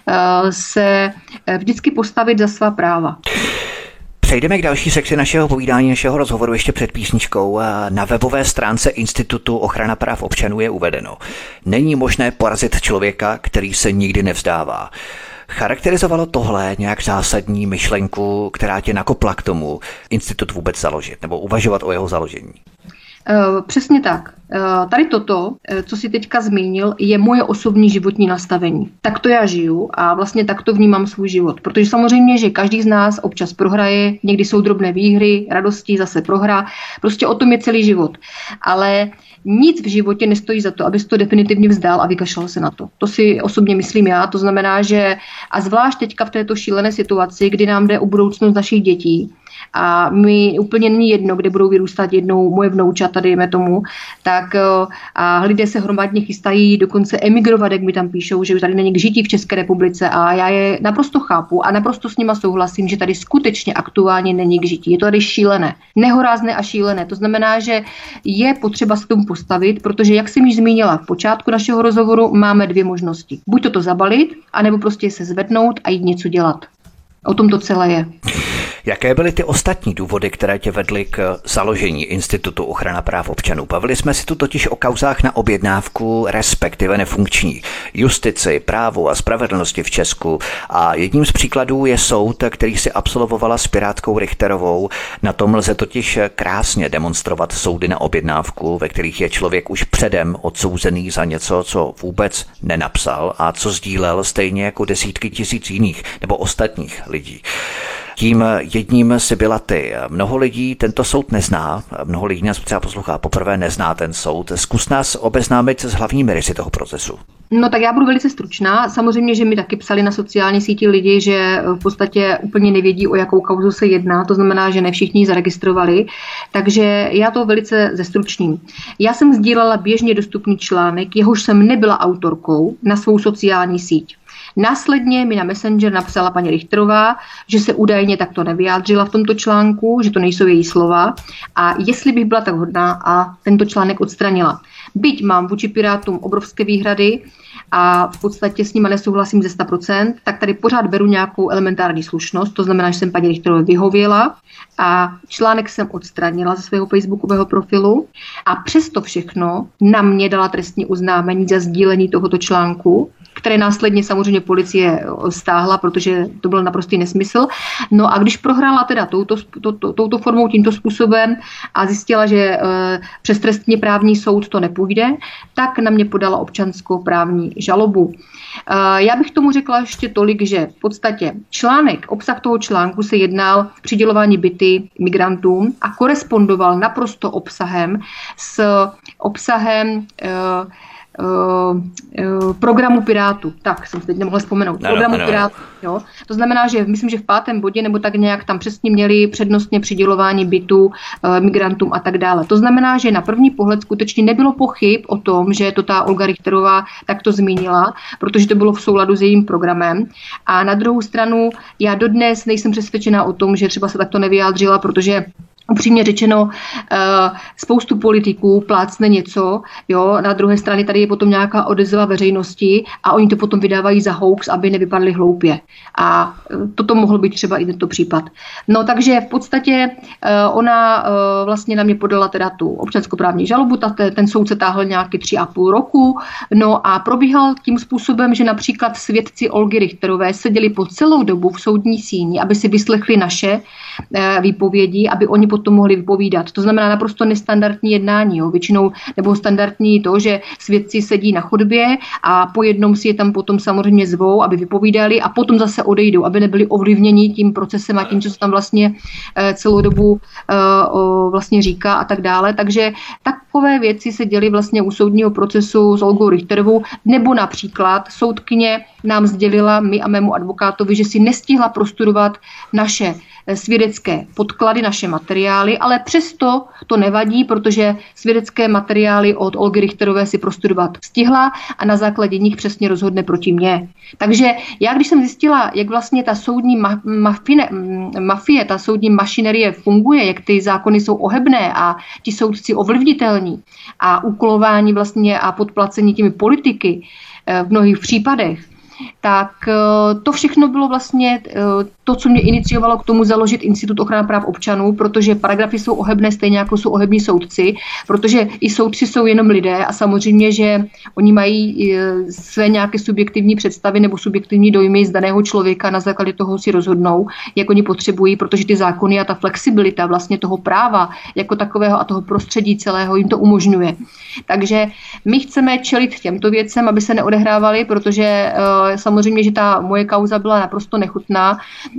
se vždycky postavit za svá práva. Přejdeme k další sekci našeho povídání, našeho rozhovoru ještě před písničkou. Na webové stránce Institutu ochrana práv občanů je uvedeno: není možné porazit člověka, který se nikdy nevzdává. Charakterizovalo tohle nějak zásadní myšlenku, která tě nakopla k tomu institut vůbec založit nebo uvažovat o jeho založení? Přesně tak. Tady toto, co si teďka zmínil, je moje osobní životní nastavení. Tak to já žiju a vlastně tak to vnímám svůj život. Protože samozřejmě, že každý z nás občas prohraje, někdy jsou drobné výhry, radosti, zase prohra. Prostě o tom je celý život. Ale nic v životě nestojí za to, abys to definitivně vzdal a vykašlal se na to. To si osobně myslím já. To znamená, že a zvlášť teďka v této šílené situaci, kdy nám jde o budoucnost našich dětí, a mi úplně není jedno, kde budou vyrůstat jednou moje vnoučata, dejme tomu, tak a lidé se hromadně chystají dokonce emigrovat, jak mi tam píšou, že tady není k žití v České republice a já je naprosto chápu a naprosto s nima souhlasím, že tady skutečně aktuálně není k žití. Je to tady šílené, nehorázné a šílené. To znamená, že je potřeba se tomu postavit, protože jak jsem již zmínila v počátku našeho rozhovoru, máme dvě možnosti. Buď toto zabalit, anebo prostě se zvednout a jít něco dělat. O tom to celé je. Jaké byly ty ostatní důvody, které tě vedly k založení Institutu ochrana práv občanů? Bavili jsme si tu totiž o kauzách na objednávku, respektive nefunkční justici, právu a spravedlnosti v Česku. A jedním z příkladů je soud, který si absolvovala s pirátkou Richterovou. Na tom lze totiž krásně demonstrovat soudy na objednávku, ve kterých je člověk už předem odsouzený za něco, co vůbec nenapsal a co sdílel stejně jako desítky tisíc jiných nebo ostatních lidí. Tím jedním si byla ty. Mnoho lidí tento soud nezná, mnoho lidí nás třeba poslouchá poprvé, nezná ten soud. Zkus nás obeznámit s hlavními rysy toho procesu. No tak já budu velice stručná. Samozřejmě, že mi taky psali na sociální síti lidi, že v podstatě úplně nevědí, o jakou kauzu se jedná, to znamená, že ne všichni ji zaregistrovali, takže já to velice zestručním. Já jsem sdílela běžně dostupný článek, jehož jsem nebyla autorkou, na svou sociální síť. Následně mi na Messenger napsala paní Richterová, že se údajně takto nevyjádřila v tomto článku, že to nejsou její slova a jestli bych byla tak hodná a tento článek odstranila. Byť mám vůči Pirátům obrovské výhrady a v podstatě s nima nesouhlasím ze sto procent, tak tady pořád beru nějakou elementární slušnost, to znamená, že jsem paní Richterové vyhověla a článek jsem odstranila ze svého facebookového profilu a přesto všechno na mě dala trestní oznámení za sdílení tohoto článku, které následně samozřejmě policie stáhla, protože to byl naprostý nesmysl. No a když prohrála teda touto, to, to, touto formou, tímto způsobem a zjistila, že e, přes trestně právní soud to nepůjde, tak na mě podala občanskoprávní žalobu. Já bych tomu řekla ještě tolik, že v podstatě článek, obsah toho článku se jednal přidělování byty migrantům a korespondoval naprosto obsahem s obsahem Uh, uh, programu Pirátů. Tak, jsem se teď nemohla vzpomenout. No, programu no, no. Pirátů, jo. To znamená, že myslím, že v pátém bodě nebo tak nějak tam přesně měli přednostně přidělování bytů uh, migrantům a tak dále. To znamená, že na první pohled skutečně nebylo pochyb o tom, že to ta Olga Richterová takto zmínila, protože to bylo v souladu s jejím programem. A na druhou stranu já dodnes nejsem přesvědčená o tom, že třeba se takto nevyjádřila, protože upřímně řečeno, spoustu politiků plácne něco, jo, na druhé straně tady je potom nějaká odezva veřejnosti a oni to potom vydávají za hoax, aby nevypadli hloupě. A toto mohl být třeba i tento případ. No takže v podstatě ona vlastně na mě podala teda tu občanskoprávní žalobu, ten soud se táhl nějaký tři a půl roku, no a probíhal tím způsobem, že například svědci Olgy Richterové seděli po celou dobu v soudní síni, aby si vyslechli naše výpovědi, aby oni potom mohli vypovídat. To znamená naprosto nestandardní jednání. Jo. Většinou nebo standardní to, že svědci sedí na chodbě a po jednom si je tam potom samozřejmě zvou, aby vypovídali a potom zase odejdou, aby nebyli ovlivněni tím procesem a tím, co se tam vlastně celou dobu vlastně říká a tak dále. Takže takové věci se děly vlastně u soudního procesu s Olgou Richterovou, nebo například soudkyně nám sdělila, my a mému advokátovi, že si nestihla prostudovat naše svědecké podklady, naše materiály, ale přesto to nevadí, protože svědecké materiály od Olgy Richterové si prostudovat stihla a na základě nich přesně rozhodne proti mně. Takže já, když jsem zjistila, jak vlastně ta soudní ma- mafine, mafie, ta soudní mašinerie funguje, jak ty zákony jsou ohebné a ti soudci ovlivnitelní a úkolování vlastně a podplacení těmi politiky v mnohých případech, tak to všechno bylo vlastně to, co mě iniciovalo k tomu založit Institut ochrany práv občanů, protože paragrafy jsou ohebné stejně jako jsou ohební soudci, protože i soudci jsou jenom lidé a samozřejmě, že oni mají své nějaké subjektivní představy nebo subjektivní dojmy z daného člověka, na základě toho si rozhodnou, jak oni potřebují, protože ty zákony a ta flexibilita vlastně toho práva jako takového a toho prostředí celého jim to umožňuje. Takže my chceme čelit těmto věcem, aby se neodehrávaly, protože samozřejmě, že ta moje kauza byla naprosto nechutná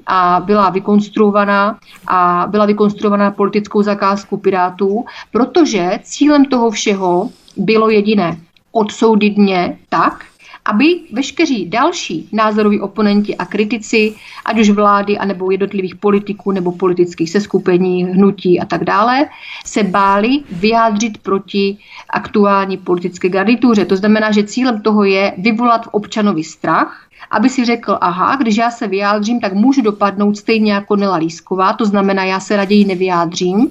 a byla vykonstruovaná a byla vykonstruovaná politickou zakázkou Pirátů, protože cílem toho všeho bylo jediné: odsoudit mě tak, aby veškeří další názoroví oponenti a kritici, ať už vlády, anebo jednotlivých politiků, nebo politických seskupení, hnutí a tak dále, se báli vyjádřit proti aktuální politické garnituře. To znamená, že cílem toho je vyvolat v občanovi strach, aby si řekl, aha, když já se vyjádřím, tak můžu dopadnout stejně jako Nela Lísková, to znamená, já se raději nevyjádřím.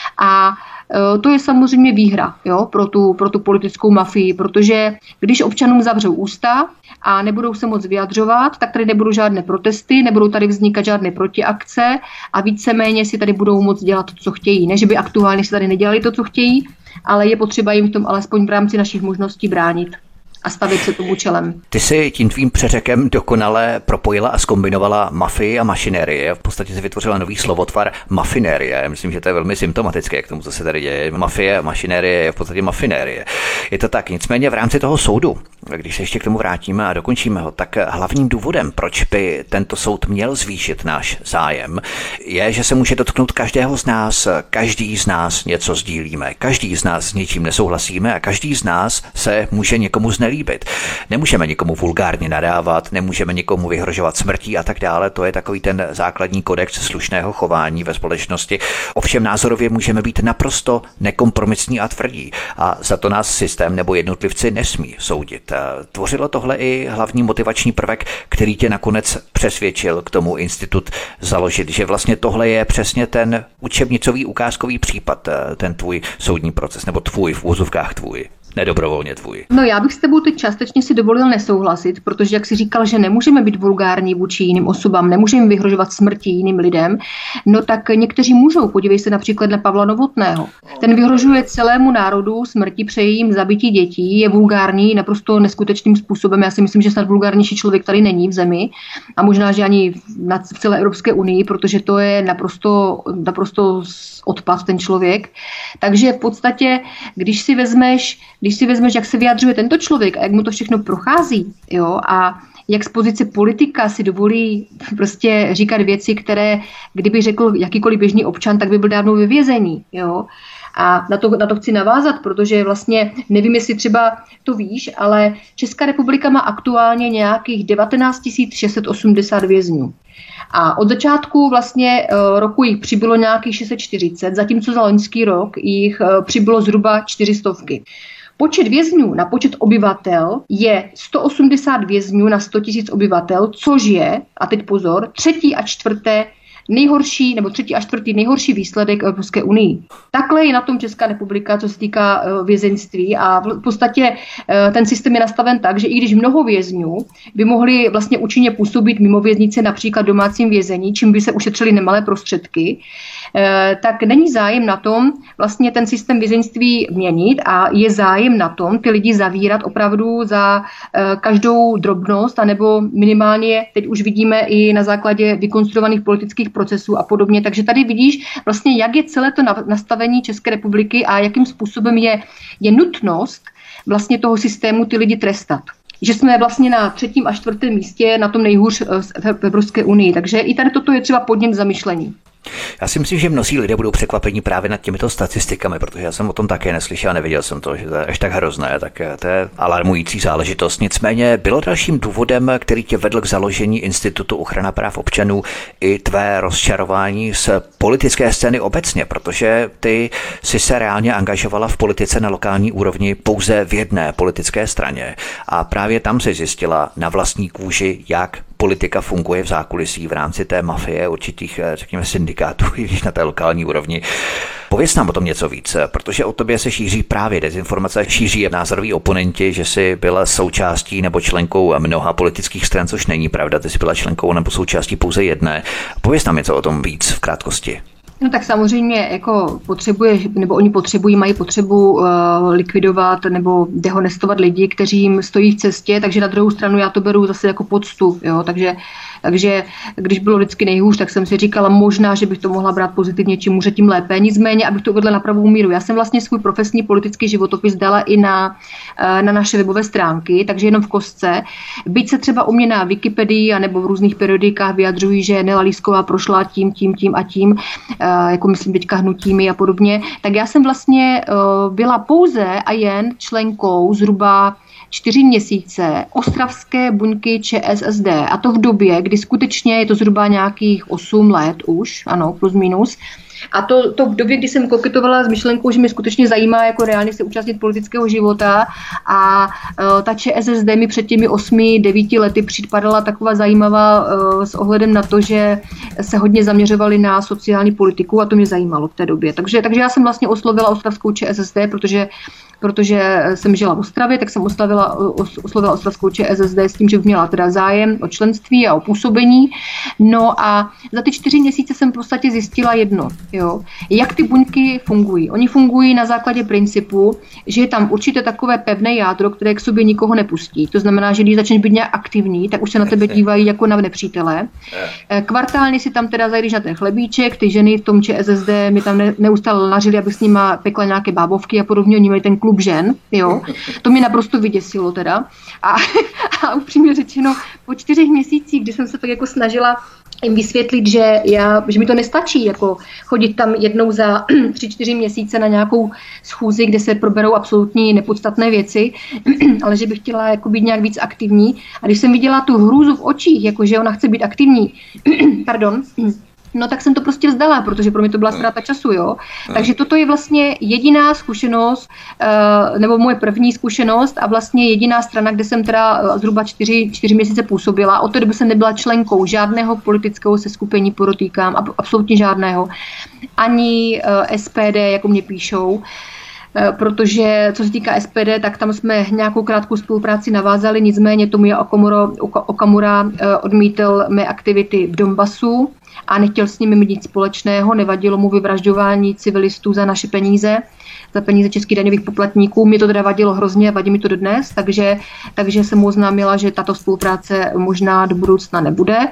A to je samozřejmě výhra, jo, pro tu, pro tu politickou mafii, protože když občanům zavřou ústa a nebudou se moc vyjadřovat, tak tady nebudou žádné protesty, nebudou tady vznikat žádné protiakce a víceméně si tady budou moc dělat to, co chtějí. Ne, že by aktuálně si tady nedělali to, co chtějí, ale je potřeba jim v tom alespoň v rámci našich možností bránit a stavit se tomu čelem. Ty jsi tím tvým přeřekem dokonale propojila a zkombinovala mafii a mašinérie. V podstatě si vytvořila nový slovotvar mafinérie. Myslím, že to je velmi symptomatické k tomu, co se tady děje. Mafie a mašinérie je v podstatě mafinérie. Je to tak. Nicméně v rámci toho soudu, když se ještě k tomu vrátíme a dokončíme ho, tak hlavním důvodem, proč by tento soud měl zvýšit náš zájem, je, že se může dotknout každého z nás. Každý z nás něco sdílíme, každý z nás s něčím nesouhlasíme a každý z nás se může někomu znelíbit. Líbit. Nemůžeme nikomu vulgárně nadávat, nemůžeme nikomu vyhrožovat smrtí a tak dále. To je takový ten základní kodex slušného chování ve společnosti. Ovšem názorově můžeme být naprosto nekompromisní a tvrdí. A za to nás systém nebo jednotlivci nesmí soudit. Tvořilo tohle i hlavní motivační prvek, který tě nakonec přesvědčil k tomu institut založit, že vlastně tohle je přesně ten učebnicový ukázkový případ, ten tvůj soudní proces, nebo tvůj, v úzovkách tvůj. Nedobrovolně tvůj. No já bych s tebou teď částečně si dovolil nesouhlasit, protože jak jsi říkal, že nemůžeme být vulgární vůči jiným osobám, nemůžeme vyhrožovat smrti jiným lidem, no tak někteří můžou. Podívej se například na Pavla Novotného. Ten vyhrožuje celému národu smrti, přeje jim zabití dětí, je vulgární naprosto neskutečným způsobem. Já si myslím, že snad vulgárnější člověk tady není v zemi a možná, že ani v celé Evropské unii, protože to je naprosto, naprosto odpad ten člověk. Takže v podstatě, když si vezmeš když si vezmeš, jak se vyjadřuje tento člověk a jak mu to všechno prochází, jo, a jak z pozice politika si dovolí prostě říkat věci, které, kdyby řekl jakýkoliv běžný občan, tak by byl dávno ve vězení, jo. A na to, na to chci navázat, protože vlastně nevím, jestli třeba to víš, ale Česká republika má aktuálně nějakých devatenáct tisíc šest set osmdesát vězňů. A od začátku vlastně roku jich přibylo nějakých šest set čtyřicet, zatímco za loňský rok jich přibylo zhruba čtyři stovky. Počet vězňů na počet obyvatel je sto osmdesát vězňů na sto tisíc obyvatel, což je, a teď pozor, třetí a čtvrté nejhorší, nebo třetí a čtvrtý nejhorší výsledek Evropské unii. Takhle je na tom Česká republika, co se týká vězeňství, a v podstatě ten systém je nastaven tak, že i když mnoho vězňů by mohli vlastně účinně působit mimo věznice, například domácím vězení, čím by se ušetřily nemalé prostředky, tak není zájem na tom vlastně ten systém vězeňství měnit a je zájem na tom ty lidi zavírat opravdu za každou drobnost, anebo minimálně teď už vidíme i na základě vykonstruovaných politických procesů a podobně. Takže tady vidíš vlastně, jak je celé to nastavení České republiky a jakým způsobem je, je nutnost vlastně toho systému ty lidi trestat. Že jsme vlastně na třetím a čtvrtém místě na tom nejhůř v Evropské unii. Takže i tady toto je třeba podnět zamyšlení. Já si myslím, že mnozí lidé budou překvapeni právě nad těmito statistikami, protože já jsem o tom také neslyšel a nevěděl jsem to, že to je až tak hrozné, tak to je alarmující záležitost. Nicméně bylo dalším důvodem, který tě vedl k založení Institutu ochrana práv občanů, i tvé rozčarování z politické scény obecně, protože ty jsi se reálně angažovala v politice na lokální úrovni pouze v jedné politické straně a právě tam se zjistila na vlastní kůži, jak politika funguje v zákulisí v rámci té mafie určitých, řekněme, syndikátů, i když na té lokální úrovni. Pověz nám o tom něco víc, protože o tobě se šíří právě dezinformace, šíří názoroví oponenti, že jsi byla součástí nebo členkou mnoha politických stran, což není pravda, ty jsi byla členkou nebo součástí pouze jedné. Pověz nám něco o tom víc v krátkosti. No tak samozřejmě jako potřebuje, nebo oni potřebují, mají potřebu uh, likvidovat nebo dehonestovat lidi, kteří jim stojí v cestě, takže na druhou stranu já to beru zase jako poctu, jo, takže Takže když bylo vždycky nejhůř, tak jsem si říkala možná, že bych to mohla brát pozitivně, čím hůře, tím lépe. Nicméně, abych to uvedla na pravou míru. Já jsem vlastně svůj profesní politický životopis dala i na, na naše webové stránky, takže jenom v kostce. Byť se třeba u mě na Wikipedii nebo v různých periodikách vyjadřují, že Nela Lísková prošla tím, tím, tím a tím, jako myslím teďka hnutími a podobně, tak já jsem vlastně byla pouze a jen členkou zhruba čtyři měsíce ostravské buňky ČSSD, a to v době, kdy skutečně je to zhruba nějakých osm let už, ano, plus minus. A to, to v době, kdy jsem koketovala s myšlenkou, že mě skutečně zajímá jako reálně se účastnit politického života, a uh, ta ČSSD mi před těmi osmi, devíti lety připadala taková zajímavá uh, s ohledem na to, že se hodně zaměřovali na sociální politiku a to mě zajímalo v té době. Takže, takže já jsem vlastně oslovila ostravskou ČSSD, protože protože jsem žila v Ostravě, tak jsem oslavila, oslovila ostravskou ČSSD s tím, že bych měla teda zájem o členství a o působení. No a za ty čtyři měsíce jsem v podstatě zjistila jedno, jo, jak ty buňky fungují. Oni fungují na základě principu, že je tam určitě takové pevné jádro, které k sobě nikoho nepustí. To znamená, že když začneš být nějak aktivní, tak už se na tebe dívají jako na nepřítele. Kvartálně si tam teda zajdeš na ten chlebíček, ty ženy v tom ČSSD mi tam neustále nařili, abych s nima pekla nějaké bábovky a podobně, oni mají ten klub žen, jo. To mě naprosto vyděsilo teda. A, a upřímně řečeno, po čtyřech měsících, kdy jsem se tak jako snažila jim vysvětlit, že, já, že mi to nestačí, jako chodit tam jednou za tři, čtyři měsíce na nějakou schůzi, kde se proberou absolutní nepodstatné věci, ale že bych chtěla jako být nějak víc aktivní. A když jsem viděla tu hrůzu v očích, jako že ona chce být aktivní, pardon, no tak jsem to prostě vzdala, protože pro mě to byla ztráta času, jo. Takže toto je vlastně jediná zkušenost, nebo moje první zkušenost a vlastně jediná strana, kde jsem teda zhruba čtyři, čtyři měsíce působila. Od té doby jsem nebyla členkou žádného politického seskupení, podotýkám, absolutně žádného. Ani S P D, jako mě píšou. Protože co se týká S P D, tak tam jsme nějakou krátkou spolupráci navázali, nicméně Tomio Okamura odmítl mé aktivity v Donbasu a nechtěl s nimi mít nic společného, nevadilo mu vyvražďování civilistů za naše peníze, za peníze českých daňových poplatníků. Mě to teda vadilo hrozně, vadí mi to dodnes, takže, takže jsem mu oznámila, že tato spolupráce možná do budoucna nebude.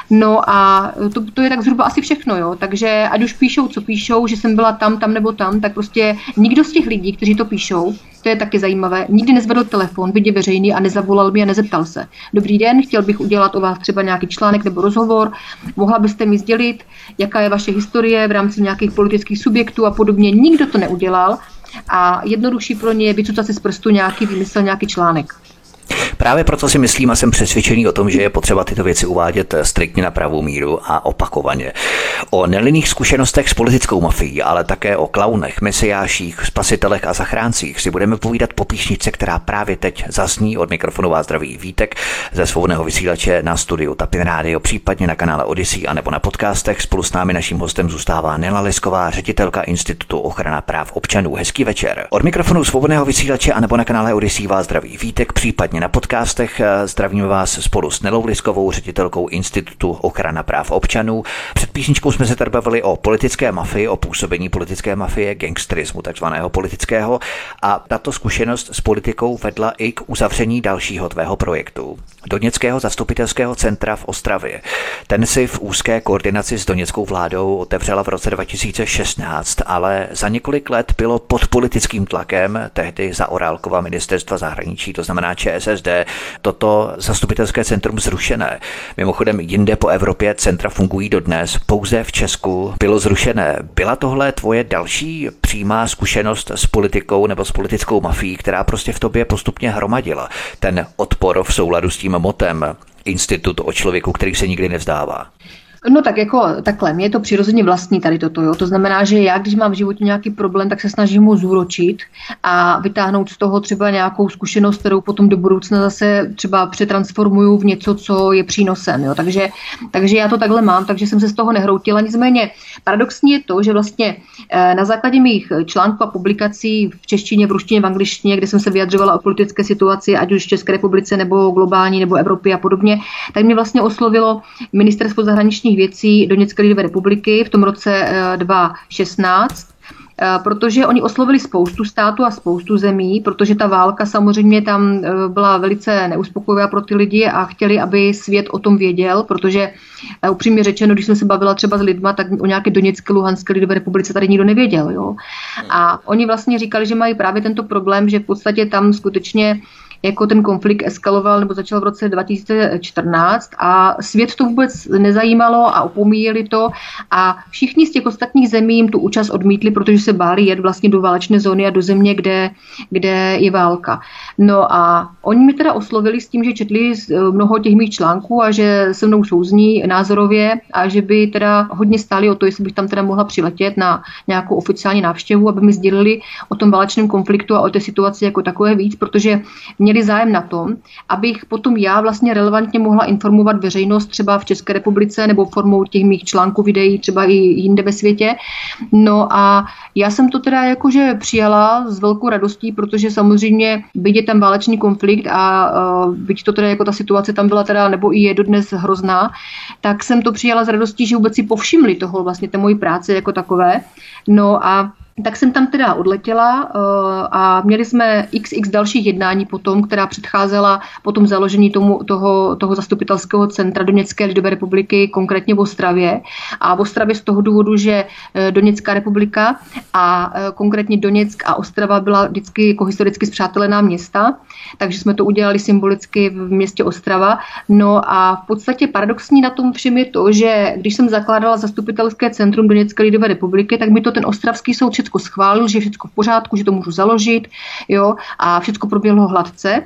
No a to, to je tak zhruba asi všechno, jo. Takže ať už píšou, co píšou, že jsem byla tam, tam nebo tam, tak prostě nikdo z těch lidí, kteří to píšou, to je taky zajímavé, nikdy nezvedl telefon, vidě veřejný a nezavolal mi a nezeptal se. Dobrý den, chtěl bych udělat o vás třeba nějaký článek nebo rozhovor, mohla byste mi sdělit, jaká je vaše historie v rámci nějakých politických subjektů a podobně. Nikdo to neudělal a jednodušší pro ně je vycucat si z prstu nějaký vymysl, nějaký článek. Právě proto si myslím a jsem přesvědčený o tom, že je potřeba tyto věci uvádět striktně na pravou míru a opakovaně. O nelinných zkušenostech s politickou mafií, ale také o klaunech, mesiáších, spasitelech a zachráncích si budeme povídat po píšničce, která právě teď zazní. Od mikrofonu vás zdraví Vítek ze Svobodného vysílače na studiu Tapin Radio, případně na kanále Odyssey a nebo na podcastech. Spolu s námi naším hostem zůstává Nela Lisková, ředitelka Institutu ochrana práv občanů. Hezký večer. Od mikrofonu Svobodného vysílače a nebo na kanále Odyssey vás zdraví Vítek, případně na podcastech. Zdravíme vás spolu s Nelou Liskovou, ředitelkou Institutu ochrana práv občanů. Před písničkou jsme se tady bavili o politické mafii, o působení politické mafie, gangsterismu takzvaného politického, a tato zkušenost s politikou vedla i k uzavření dalšího tvého projektu, Doněckého zastupitelského centra v Ostravě. Ten si v úzké koordinaci s doněckou vládou otevřela v roce dva tisíce šestnáct, ale za několik let bylo pod politickým tlakem tehdy Zaorálkova ministerstva zahraničí, to znamená ČSSD, toto zastupitelské centrum zrušené. Mimochodem jinde po Evropě centra fungují dodnes, pouze v Česku bylo zrušené. Byla tohle tvoje další přímá zkušenost s politikou nebo s politickou mafií, která prostě v tobě postupně hromadila ten odpor v souladu s tím motem Institut o člověku, který se nikdy nevzdává? No tak jako takhle, mě je to přirozeně vlastní tady toto, jo. To znamená, že já, když mám v životě nějaký problém, tak se snažím ho zúročit a vytáhnout z toho třeba nějakou zkušenost, kterou potom do budoucna zase třeba přetransformuju v něco, co je přínosem, jo. Takže, takže já to takhle mám, takže jsem se z toho nehroutila. Nicméně paradoxní je to, že vlastně na základě mých článků a publikací v češtině, v ruštině, v angličtině, kde jsem se vyjadřovala o politické situaci, ať už v České republice nebo globální nebo Evropě a podobně, tak mě vlastně oslovilo Ministerstvo zahraničních věcí Doněcké lidové republiky v tom roce dva tisíce šestnáct, protože oni oslovili spoustu států a spoustu zemí, protože ta válka samozřejmě tam byla velice neuspokojivá pro ty lidi a chtěli, aby svět o tom věděl, protože upřímně řečeno, když jsem se bavila třeba s lidma, tak o nějaké Doněcké, Luhanské lidové republice tady nikdo nevěděl. Jo? A oni vlastně říkali, že mají právě tento problém, že v podstatě tam skutečně jako ten konflikt eskaloval nebo začal v roce dva tisíce čtrnáct a svět to vůbec nezajímalo a opomíjeli to a všichni z těch ostatních zemí jim tu účast odmítli, protože se báli jet vlastně do válečné zóny a do země, kde, kde je válka. No a oni mi teda oslovili s tím, že četli mnoho těch mých článků a že se mnou souzní názorově a že by teda hodně stáli o to, jestli bych tam teda mohla přiletět na nějakou oficiální návštěvu, aby mi sdělili o tom válečném konfliktu a o té situaci jako takové víc, protože měli zájem na tom, abych potom já vlastně relevantně mohla informovat veřejnost třeba v České republice nebo formou těch mých článků, videí třeba i jinde ve světě. No a já jsem to teda jakože přijala s velkou radostí, protože samozřejmě byť je tam válečný konflikt a uh, byť to teda jako ta situace tam byla teda nebo i je dodnes hrozná, tak jsem to přijala s radostí, že vůbec si povšimli toho vlastně té mojí práce jako takové. No a tak jsem tam teda odletěla uh, a měli jsme iks iks dalších jednání potom, která předcházela potom založení tomu, toho, toho zastupitelského centra Doněcké lidové republiky, konkrétně v Ostravě. A v Ostravě z toho důvodu, že Doněcká republika a uh, konkrétně Doněck a Ostrava byla vždycky jako historicky spřátelená města, takže jsme to udělali symbolicky v městě Ostrava. No a v podstatě paradoxní na tom všem je to, že když jsem zakládala zastupitelské centrum Doněcké lidové republiky, tak mi to ten ostravský soud všechno schválil, že je všechno v pořádku, že to můžu založit, jo, a všechno proběhlo hladce.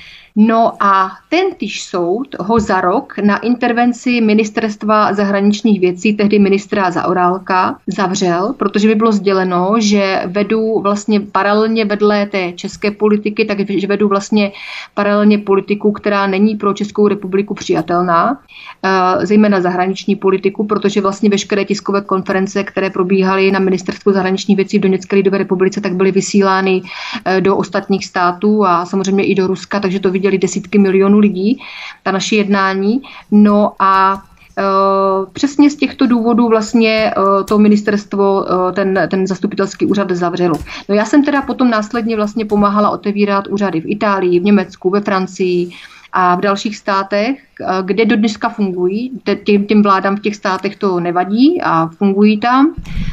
No a tentýž soud ho za rok na intervenci Ministerstva zahraničních věcí, tehdy ministra Zaorálka, zavřel, protože by bylo sděleno, že vedu vlastně paralelně vedle té české politiky, takže vedu vlastně paralelně politiku, která není pro Českou republiku přijatelná, zejména zahraniční politiku, protože vlastně veškeré tiskové konference, které probíhaly na Ministerstvu zahraničních věcí v Doněcké lidové republice, tak byly vysílány do ostatních států a samozřejmě i do Ruska, takže to viděli desítky milionů lidí, ta naše jednání. No a Uh, přesně z těchto důvodů vlastně uh, to ministerstvo, uh, ten, ten zastupitelský úřad zavřelo. No já jsem teda potom následně vlastně pomáhala otevírat úřady v Itálii, v Německu, ve Francii a v dalších státech. kde do dneska fungují. Těm, těm vládám v těch státech to nevadí a fungují tam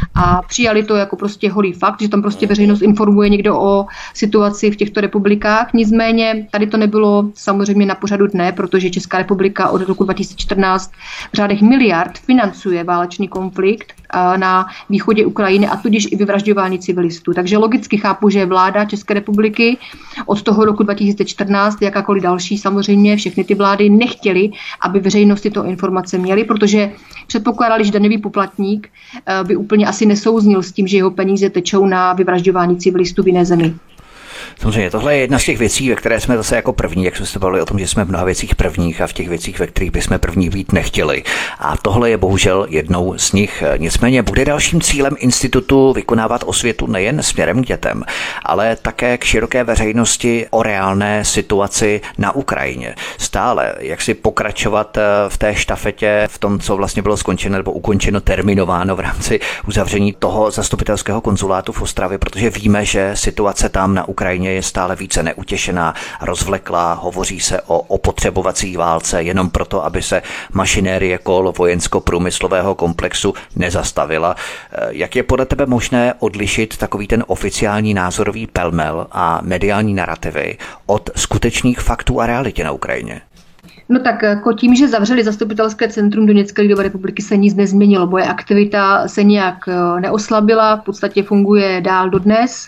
a přijali to jako prostě holý fakt, že tam prostě veřejnost informuje někdo o situaci v těchto republikách. Nicméně tady to nebylo samozřejmě na pořadu dne, protože Česká republika od roku dva tisíce čtrnáct v řádech miliard financuje válečný konflikt na východě Ukrajiny a tudíž i vyvražďování civilistů. Takže logicky chápu, že vláda České republiky od toho roku dva tisíce čtrnáct, jakákoliv další, samozřejmě všechny ty vlády nechtěly, aby veřejnost tyto informace měly, protože předpokládali, že daňový poplatník by úplně asi nesouznil s tím, že jeho peníze tečou na vyvražďování civilistů v jiné zemi. Samozřejmě, tohle je jedna z těch věcí, ve které jsme zase jako první, jak jsme se bavili o tom, že jsme v mnoha věcích prvních a v těch věcích, ve kterých bychom první být nechtěli. A tohle je bohužel jednou z nich. Nicméně bude dalším cílem institutu vykonávat osvětu nejen směrem k dětem, ale také k široké veřejnosti o reálné situaci na Ukrajině. Stále, jak si pokračovat v té štafetě, v tom, co vlastně bylo skončeno nebo ukončeno, terminováno v rámci uzavření toho zastupitelského konzulátu v Ostravě, protože víme, že situace tam na Ukrajině je stále více neutěšená, rozvleklá, hovoří se o opotřebovací válce jenom proto, aby se mašinérie kol vojensko-průmyslového komplexu nezastavila. Jak je podle tebe možné odlišit takový ten oficiální názorový pelmel a mediální narrativy od skutečných faktů a reality na Ukrajině? No tak jako tím, že zavřeli zastupitelské centrum Doněcké lidové republiky, se nic nezměnilo. Boje aktivita se nijak neoslabila, v podstatě funguje dál dodnes.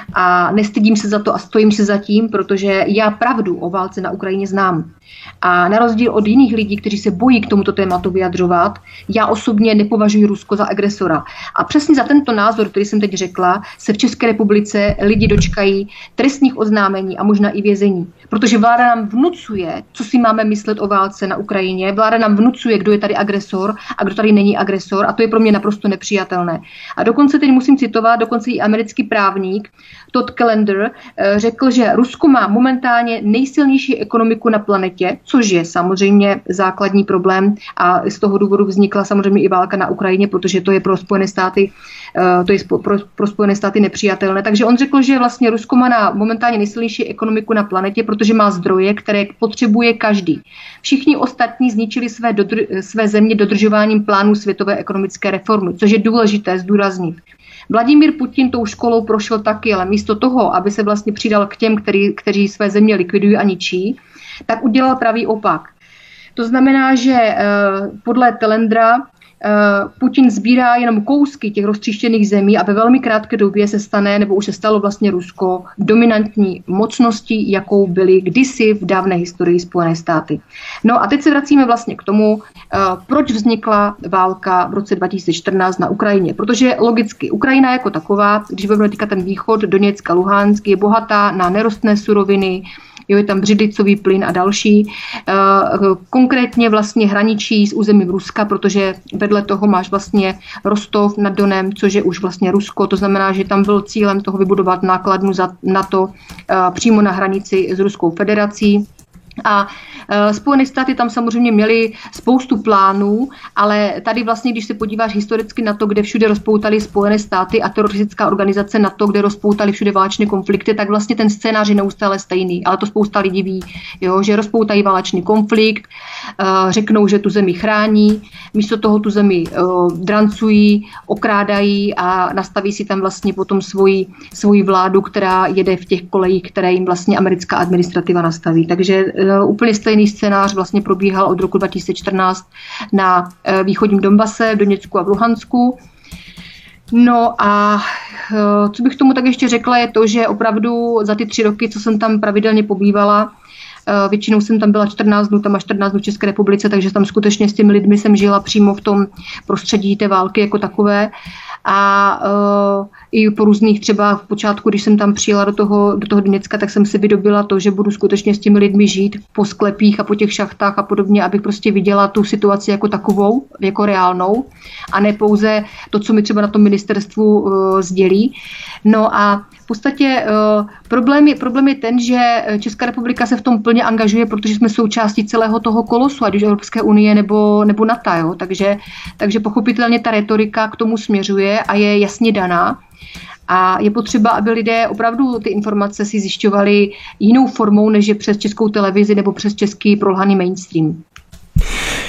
A nestydím se za to a stojím si za tím, protože já pravdu o válce na Ukrajině znám. A na rozdíl od jiných lidí, kteří se bojí k tomuto tématu vyjadřovat, já osobně nepovažuji Rusko za agresora. A přesně za tento názor, který jsem teď řekla, se v České republice lidi dočkají trestních oznámení a možná i vězení. Protože vláda nám vnucuje, co si máme myslet o válce na Ukrajině. Vláda nám vnucuje, kdo je tady agresor a kdo tady není agresor. A to je pro mě naprosto nepřijatelné. A dokonce teď musím citovat, dokonce i americký právník Todd Callender řekl, že Rusko má momentálně nejsilnější ekonomiku na planetě, což je samozřejmě základní problém a z toho důvodu vznikla samozřejmě i válka na Ukrajině, protože to je pro Spojené státy, to je pro, pro Spojené státy nepřijatelné. Takže on řekl, že vlastně Rusko má na momentálně nejsilnější ekonomiku na planetě, protože má zdroje, které potřebuje každý. Všichni ostatní zničili své, dodr- své země dodržováním plánu světové ekonomické reformy, což je důležité zdůraznit. Vladimír Putin tou školou prošel taky, ale místo toho, aby se vlastně přidal k těm, který, kteří své země likvidují a ničí, tak udělal pravý opak. To znamená, že eh, podle Telendra eh, Putin sbírá jenom kousky těch roztříštěných zemí a ve velmi krátké době se stane, nebo už se stalo vlastně Rusko, dominantní mocností, jakou byly kdysi v dávné historii Spojené státy. No a teď se vracíme vlastně k tomu, eh, proč vznikla válka v roce dva tisíce čtrnáct na Ukrajině. Protože logicky Ukrajina jako taková, když budeme týkat ten východ, Doněck a Luhansk, je bohatá na nerostné suroviny, jo, je tam břidlicový plyn a další. Konkrétně vlastně hraničí s územím Ruska, protože vedle toho máš vlastně Rostov nad Donem, což je už vlastně Rusko. To znamená, že tam byl cílem toho vybudovat nákladnu za NATO přímo na hranici s Ruskou federací. A e, Spojené státy tam samozřejmě měly spoustu plánů, ale tady vlastně, když se podíváš historicky na to, kde všude rozpoutali Spojené státy a teroristická organizace NATO, kde rozpoutali všude válečné konflikty, tak vlastně ten scénář je neustále stejný. Ale to spousta lidí ví, jo, že rozpoutají válečný konflikt, e, řeknou, že tu zemi chrání, místo toho tu zemi e, drancují, okrádají a nastaví si tam vlastně potom svoji, svoji vládu, která jede v těch kolejích, které jim vlastně americká administrativa nastaví. Takže úplně stejný scénář vlastně probíhal od roku dva tisíce čtrnáct na východním Donbase, v Doněcku a v Luhansku. No a co bych tomu tak ještě řekla, je to, že opravdu za ty tři roky, co jsem tam pravidelně pobývala, většinou jsem tam byla čtrnáct dnů, tam a čtrnáct dnů v České republice, takže tam skutečně s těmi lidmi jsem žila přímo v tom prostředí té války jako takové. A uh, i po různých třeba v počátku, když jsem tam přijela do toho, do toho Doněcka, tak jsem si vydobila to, že budu skutečně s těmi lidmi žít po sklepích a po těch šachtách a podobně, abych prostě viděla tu situaci jako takovou, jako reálnou a ne pouze to, co mi třeba na tom ministerstvu uh, sdělí. No a v podstatě uh, problém, je, problém je ten, že Česká republika se v tom plně angažuje, protože jsme součástí celého toho kolosu, ať už Evropské unie nebo, nebo NATO. Jo? Takže, takže pochopitelně ta retorika k tomu směřuje a je jasně daná. A je potřeba, aby lidé opravdu ty informace si zjišťovali jinou formou, než je přes Českou televizi nebo přes český prolhaný mainstream.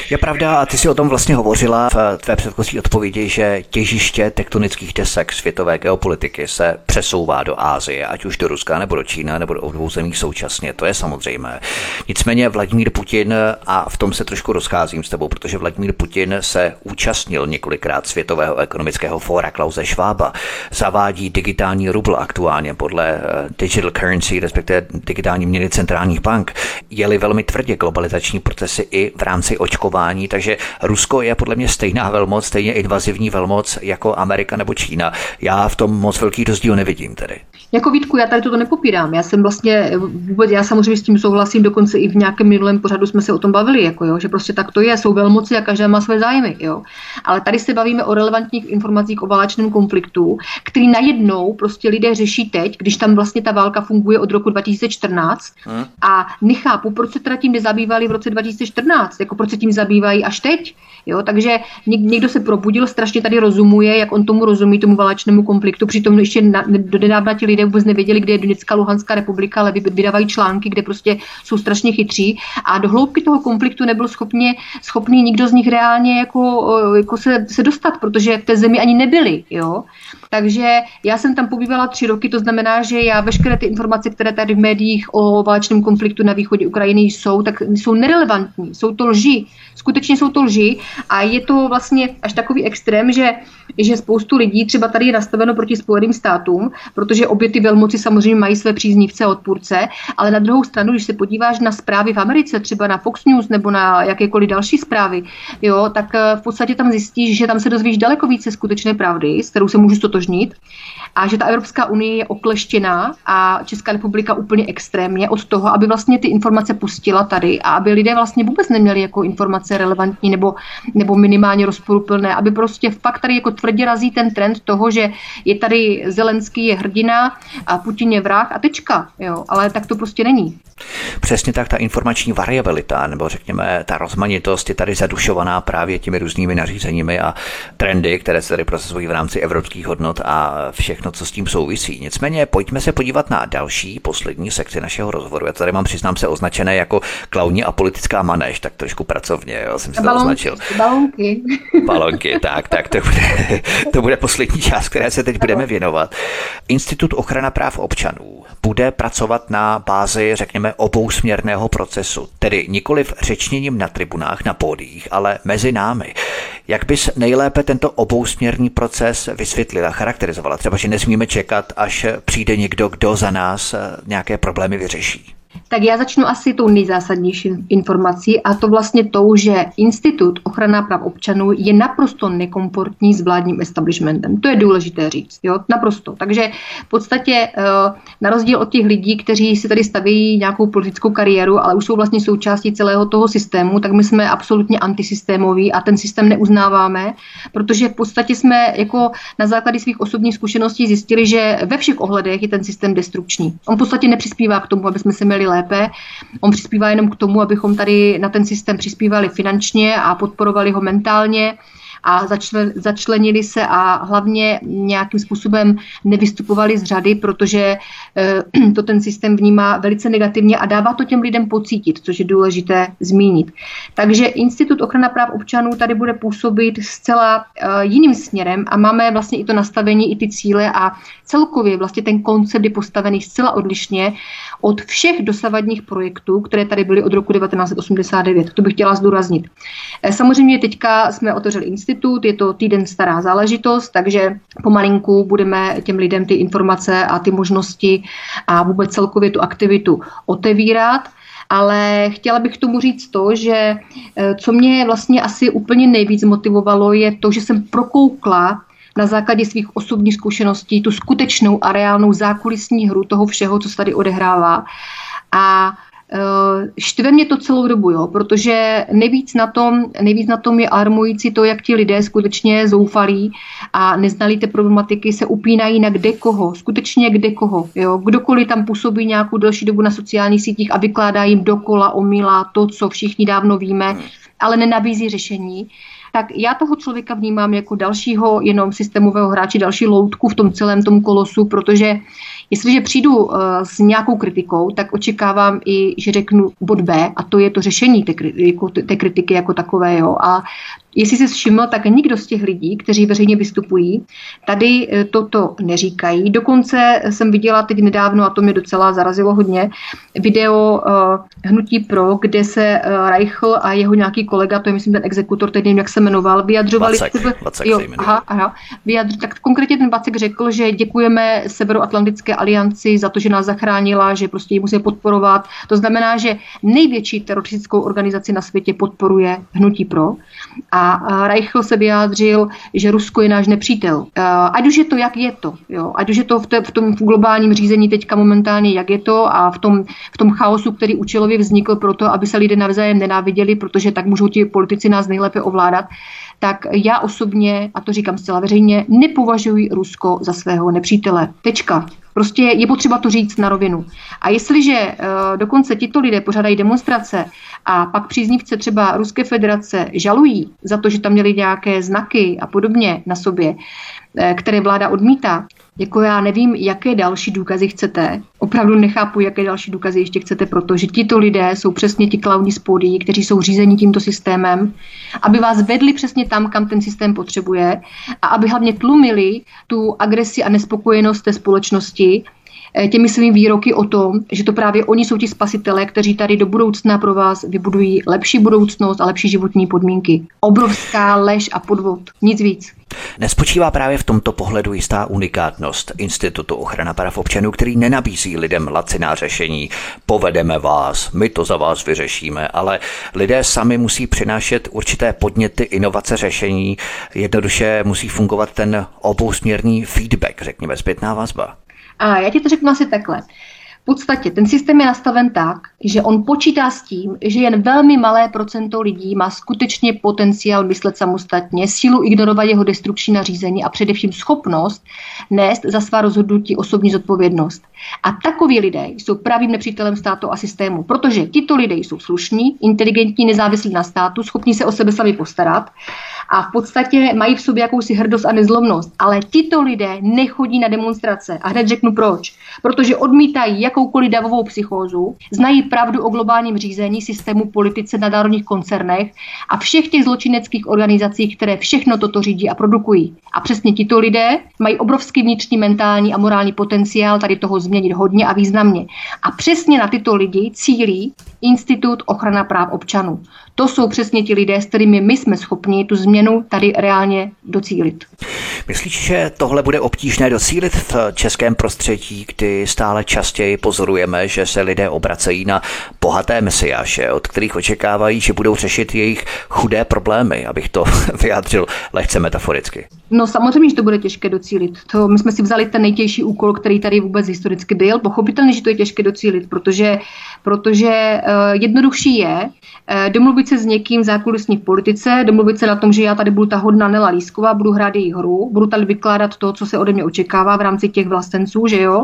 Je pravda, a ty si o tom vlastně hovořila v tvé předchozí odpovědi, že těžiště tektonických desek světové geopolitiky se přesouvá do Asie, ať už do Ruska, nebo do Číny, nebo do dvou zemí současně, to je samozřejmé. Nicméně Vladimír Putin, a v tom se trošku rozcházím s tebou, protože Vladimír Putin se účastnil několikrát Světového ekonomického fóra Klause Schwaba, zavádí digitální rubl aktuálně podle digital currency, respektive digitální měny centrálních bank, jeli velmi tvrdě globalizační procesy i v rámci očkování, takže Rusko je podle mě stejná velmoc, stejně invazivní velmoc jako Amerika nebo Čína. Já v tom moc velký rozdíl nevidím tedy. Jako Vítku, já tady toto nepopírám. Já jsem vlastně vůbec, já samozřejmě s tím souhlasím, dokonce i v nějakém minulém pořadu jsme se o tom bavili, jako jo, že prostě tak to je, jsou velmoci a každá má své zájmy, jo. Ale tady se bavíme o relevantních informacích o válečném konfliktu, který najednou prostě lidé řeší teď, když tam vlastně ta válka funguje od roku dva tisíce čtrnáct hmm. a nechápu, proč se teda tím nezabývali v roce dva tisíce čtrnáct, jako proč se tím zabývají až teď, jo. Takže někdo se probudil, strašně tady rozumuje, jak on tomu rozumí, tomu válečnému konfliktu, přitom ještě na, do nedávna ti lidé vůbec nevěděli, kde je Donecká Luhanská republika, ale vydávají články, kde prostě jsou strašně chytří a do hloubky toho konfliktu nebyl schopně, schopný nikdo z nich reálně jako, jako se, se dostat, protože v té zemi ani nebyli, jo. Takže já jsem tam pobývala tři roky, to znamená, že já veškeré ty informace, které tady v médiích o válečném konfliktu na východě Ukrajiny jsou, tak jsou nerelevantní, jsou to lži, skutečně jsou to lži a je to vlastně až takový extrém, že, že spoustu lidí třeba tady je nastaveno proti Spojeným státům, protože obě ty velmoci samozřejmě mají své příznivce a odpůrce, ale na druhou stranu, když se podíváš na zprávy v Americe, třeba na Fox News nebo na jakékoliv další zprávy, jo, tak v podstatě tam zjistíš, že tam se dozvíš daleko více skutečné pravdy, s kterou se můžu stotožnit, a že ta Evropská unie je okleštěná a Česká republika úplně extrémně od toho, aby vlastně ty informace pustila tady a aby lidé vlastně vůbec neměli jako informace relevantní nebo, nebo minimálně rozporuplné, aby prostě fakt tady jako tvrdě razí ten trend toho, že je tady Zelenský je hrdina a Putin je vrah a tečka, jo, ale tak to prostě není. Přesně tak, ta informační variabilita, nebo řekněme ta rozmanitost je tady zadušovaná právě těmi různými nařízeními a trendy, které se tady procesují v rámci evropských hodnot a všechno, co s tím souvisí. Nicméně pojďme se podívat na další, poslední sekci našeho rozhovoru. Já tady mám, přiznám se, označené jako klauni a politická manéž, tak trošku pracovně, jo, jsem si to označil. Balonky. Balonky, tak, tak, to bude, to bude poslední část, které se teď budeme věnovat. Institut ochrana práv občanů bude pracovat na bázi, řekněme, obousměrného procesu, tedy nikoliv řečněním na tribunách, na pódiích, ale mezi námi. Jak bys nejlépe tento obousměrný proces vysvětlila, charakterizovala? Třeba, že nesmíme čekat, až přijde někdo, kdo za nás nějaké problémy vyřeší. Tak já začnu asi tou nejzásadnější informací a to vlastně tou, že Institut ochrana práv občanů je naprosto nekomfortní s vládním establishmentem. To je důležité říct, jo, naprosto. Takže v podstatě na rozdíl od těch lidí, kteří si tady staví nějakou politickou kariéru, ale už jsou vlastně součástí celého toho systému, tak my jsme absolutně antisystémoví a ten systém neuznáváme, protože v podstatě jsme jako na základě svých osobních zkušeností zjistili, že ve všech ohledech je ten systém destrukční. On v podstatě nepřispívá k tomu, aby jsme se měli lépe. On přispívá jenom k tomu, abychom tady na ten systém přispívali finančně a podporovali ho mentálně a začlen, začlenili se a hlavně nějakým způsobem nevystupovali z řady, protože e, to ten systém vnímá velice negativně a dává to těm lidem pocítit, což je důležité zmínit. Takže Institut ochrana práv občanů tady bude působit zcela e, jiným směrem a máme vlastně i to nastavení, i ty cíle a celkově vlastně ten koncept je postavený zcela odlišně od všech dosavadních projektů, které tady byly od roku devatenáct set osmdesát devět. To bych chtěla zdůraznit. E, samozřejmě teďka jsme otevřeli institut, je to týden stará záležitost, takže pomalinku budeme těm lidem ty informace a ty možnosti a vůbec celkově tu aktivitu otevírat. Ale chtěla bych k tomu říct to, že co mě vlastně asi úplně nejvíc motivovalo, je to, že jsem prokoukla na základě svých osobních zkušeností tu skutečnou a reálnou zákulisní hru toho všeho, co se tady odehrává. A štve mě to celou dobu, jo, protože nejvíc na tom, nejvíc na tom je alarmující to, jak ti lidé skutečně zoufalí a neznalí té problematiky, se upínají na kde koho, skutečně kde koho. Jo. Kdokoliv tam působí nějakou delší dobu na sociálních sítích a vykládá jim dokola, omylá to, co všichni dávno víme, ale nenabízí řešení. tak já toho člověka vnímám jako dalšího jenom systémového hráče, další loutku v tom celém tom kolosu, protože jestliže přijdu uh, s nějakou kritikou, tak očekávám i, že řeknu bod B, a to je to řešení té, jako, té kritiky jako takové. Jo. A jestli se všiml, tak nikdo z těch lidí, kteří veřejně vystupují, tady toto neříkají. Dokonce jsem viděla teď nedávno, a to mě docela zarazilo hodně, video uh, Hnutí pro, kde se uh, Reichl a jeho nějaký kolega, to je myslím ten exekutor, teď nevím, jak se jmenoval, vyjadřovali... Vacek, Vacek jo, aha, aha, vyjadř, tak konkrétně ten Vacek řekl, že děkujeme Severoatlantické alianci za to, že nás zachránila, že prostě ji musíme podporovat. To znamená, že největší teroristickou organizaci na světě podporuje Hnutí pro. A Reichl se vyjádřil, že Rusko je náš nepřítel. Ať už je to, jak je to. Jo? Ať už je to v, te, v tom globálním řízení teďka momentálně, jak je to, a v tom, v tom chaosu, který účelově vznikl proto, aby se lidé navzájem nenáviděli, protože tak můžou ti politici nás nejlépe ovládat, tak já osobně, a to říkám zcela veřejně, nepovažuji Rusko za svého nepřítele. Tečka. Prostě je potřeba to říct na rovinu. A jestliže uh, dokonce tito lidé pořádají demonstrace a pak příznivce třeba Ruské federace žalují za to, že tam měli nějaké znaky a podobně na sobě, které vláda odmítá, jako já nevím, jaké další důkazy chcete. Opravdu nechápu, jaké další důkazy ještě chcete, protože tito lidé jsou přesně ti klauni z pódií, kteří jsou řízeni tímto systémem, aby vás vedli přesně tam, kam ten systém potřebuje, a aby hlavně tlumili tu agresi a nespokojenost té společnosti těmi svými výroky o tom, že to právě oni jsou ti spasitelé, kteří tady do budoucna pro vás vybudují lepší budoucnost a lepší životní podmínky. Obrovská lež a podvod. Nic víc. Nespočívá právě v tomto pohledu jistá unikátnost Institutu ochrana práv občanů, který nenabízí lidem laciná řešení. Povedeme vás, my to za vás vyřešíme, ale lidé sami musí přinášet určité podněty, inovace, řešení. Jednoduše musí fungovat ten obousměrný feedback, řekněme, zpětná vazba. A já ti to řeknu asi takhle. V podstatě ten systém je nastaven tak, že on počítá s tím, že jen velmi malé procento lidí má skutečně potenciál myslet samostatně, sílu ignorovat jeho destrukční nařízení a především schopnost nést za svá rozhodnutí osobní zodpovědnost. A takoví lidé jsou pravým nepřítelem státu a systému, protože tito lidé jsou slušní, inteligentní, nezávislí na státu, schopní se o sebe sami postarat a v podstatě mají v sobě jakousi hrdost a nezlomnost. Ale tito lidé nechodí na demonstrace. A hned řeknu proč. Protože odmítají jakoukoliv davovou psychózu, znají pravdu o globálním řízení, systému, politice, nadnárodních koncernech a všech těch zločineckých organizacích, které všechno toto řídí a produkují. A přesně tito lidé mají obrovský vnitřní, mentální a morální potenciál tady toho změnit hodně a významně. A přesně na tyto lidi cílí Institut ochrana práv občanů. To jsou přesně ti lidé, s kterými my jsme schopni tu změnu tady reálně docílit. Myslíš, že tohle bude obtížné docílit v českém prostředí, kdy stále častěji pozorujeme, že se lidé obracejí na bohaté mesiáše, od kterých očekávají, že budou řešit jejich chudé problémy, abych to vyjádřil lehce metaforicky? No samozřejmě, že to bude těžké docílit. To my jsme si vzali ten nejtěžší úkol, který tady vůbec historicky byl. Pochopitelně, že to je těžké docílit, protože, protože uh, jednodušší je uh, domluvit se s někým zákulisní v politice, domluvit se na tom, že já tady budu ta hodná Nela Lísková, budu hrát její hru, budu tady vykládat to, co se ode mě očekává v rámci těch vlastenců, že jo.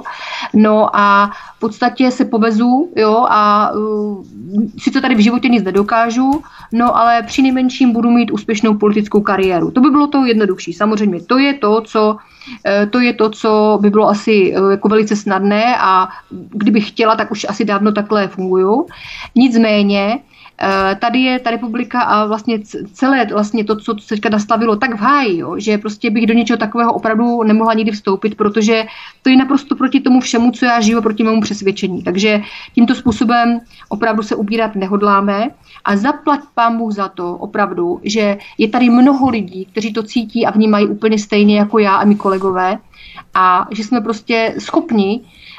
No a v podstatě se povezu, jo, a uh, sice tady v životě nic nedokážu, no ale při nejmenším budu mít úspěšnou politickou kariéru. To by bylo to jednodušší. Samozřejmě to je to, co To je to, co by bylo asi jako velice snadné a kdybych chtěla, tak už asi dávno takhle funguju. Nicméně tady je ta republika a vlastně celé vlastně to, co se teďka nastavilo, tak v háji, jo, že prostě bych do něčeho takového opravdu nemohla nikdy vstoupit, protože to je naprosto proti tomu všemu, co já žiju, proti mému přesvědčení. Takže tímto způsobem opravdu se ubírat nehodláme a zaplať pán Bůh za to opravdu, že je tady mnoho lidí, kteří to cítí a vnímají úplně stejně jako já a mý kolegové a že jsme prostě schopni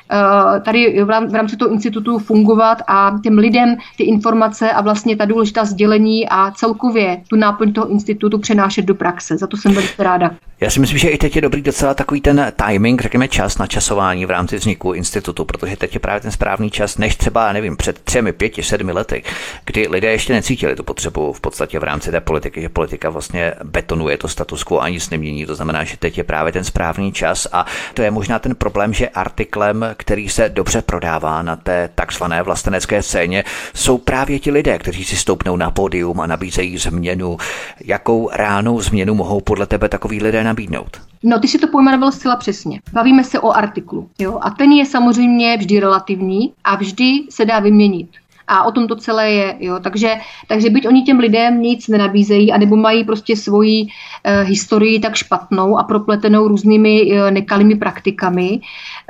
tady v rámci toho institutu fungovat a těm lidem ty informace a vlastně ta důležitá sdělení a celkově tu náplň toho institutu přenášet do praxe. Za to jsem velice ráda. Já si myslím, že i teď je dobrý docela takový ten timing, řekněme čas na časování v rámci vzniku institutu, protože teď je právě ten správný čas, než třeba, nevím, před třemi, pěti, sedmi lety, kdy lidé ještě necítili tu potřebu v podstatě v rámci té politiky, že politika vlastně betonuje to status quo a nic nemění. To znamená, že teď je právě ten správný čas a to je možná ten problém, že artiklem, který se dobře prodává na té takzvané vlastenecké scéně, jsou právě ti lidé, kteří si stoupnou na pódium a nabízejí změnu. Jakou reálnou změnu mohou podle tebe takoví lidé nabídnout? No, ty si to pojmenoval zcela přesně. Bavíme se o artiklu, jo? A ten je samozřejmě vždy relativní a vždy se dá vyměnit. A o tom to celé je, jo. Takže, takže byť oni těm lidem nic nenabízejí, anebo mají prostě svoji e, historii tak špatnou a propletenou různými e, nekalými praktikami, e,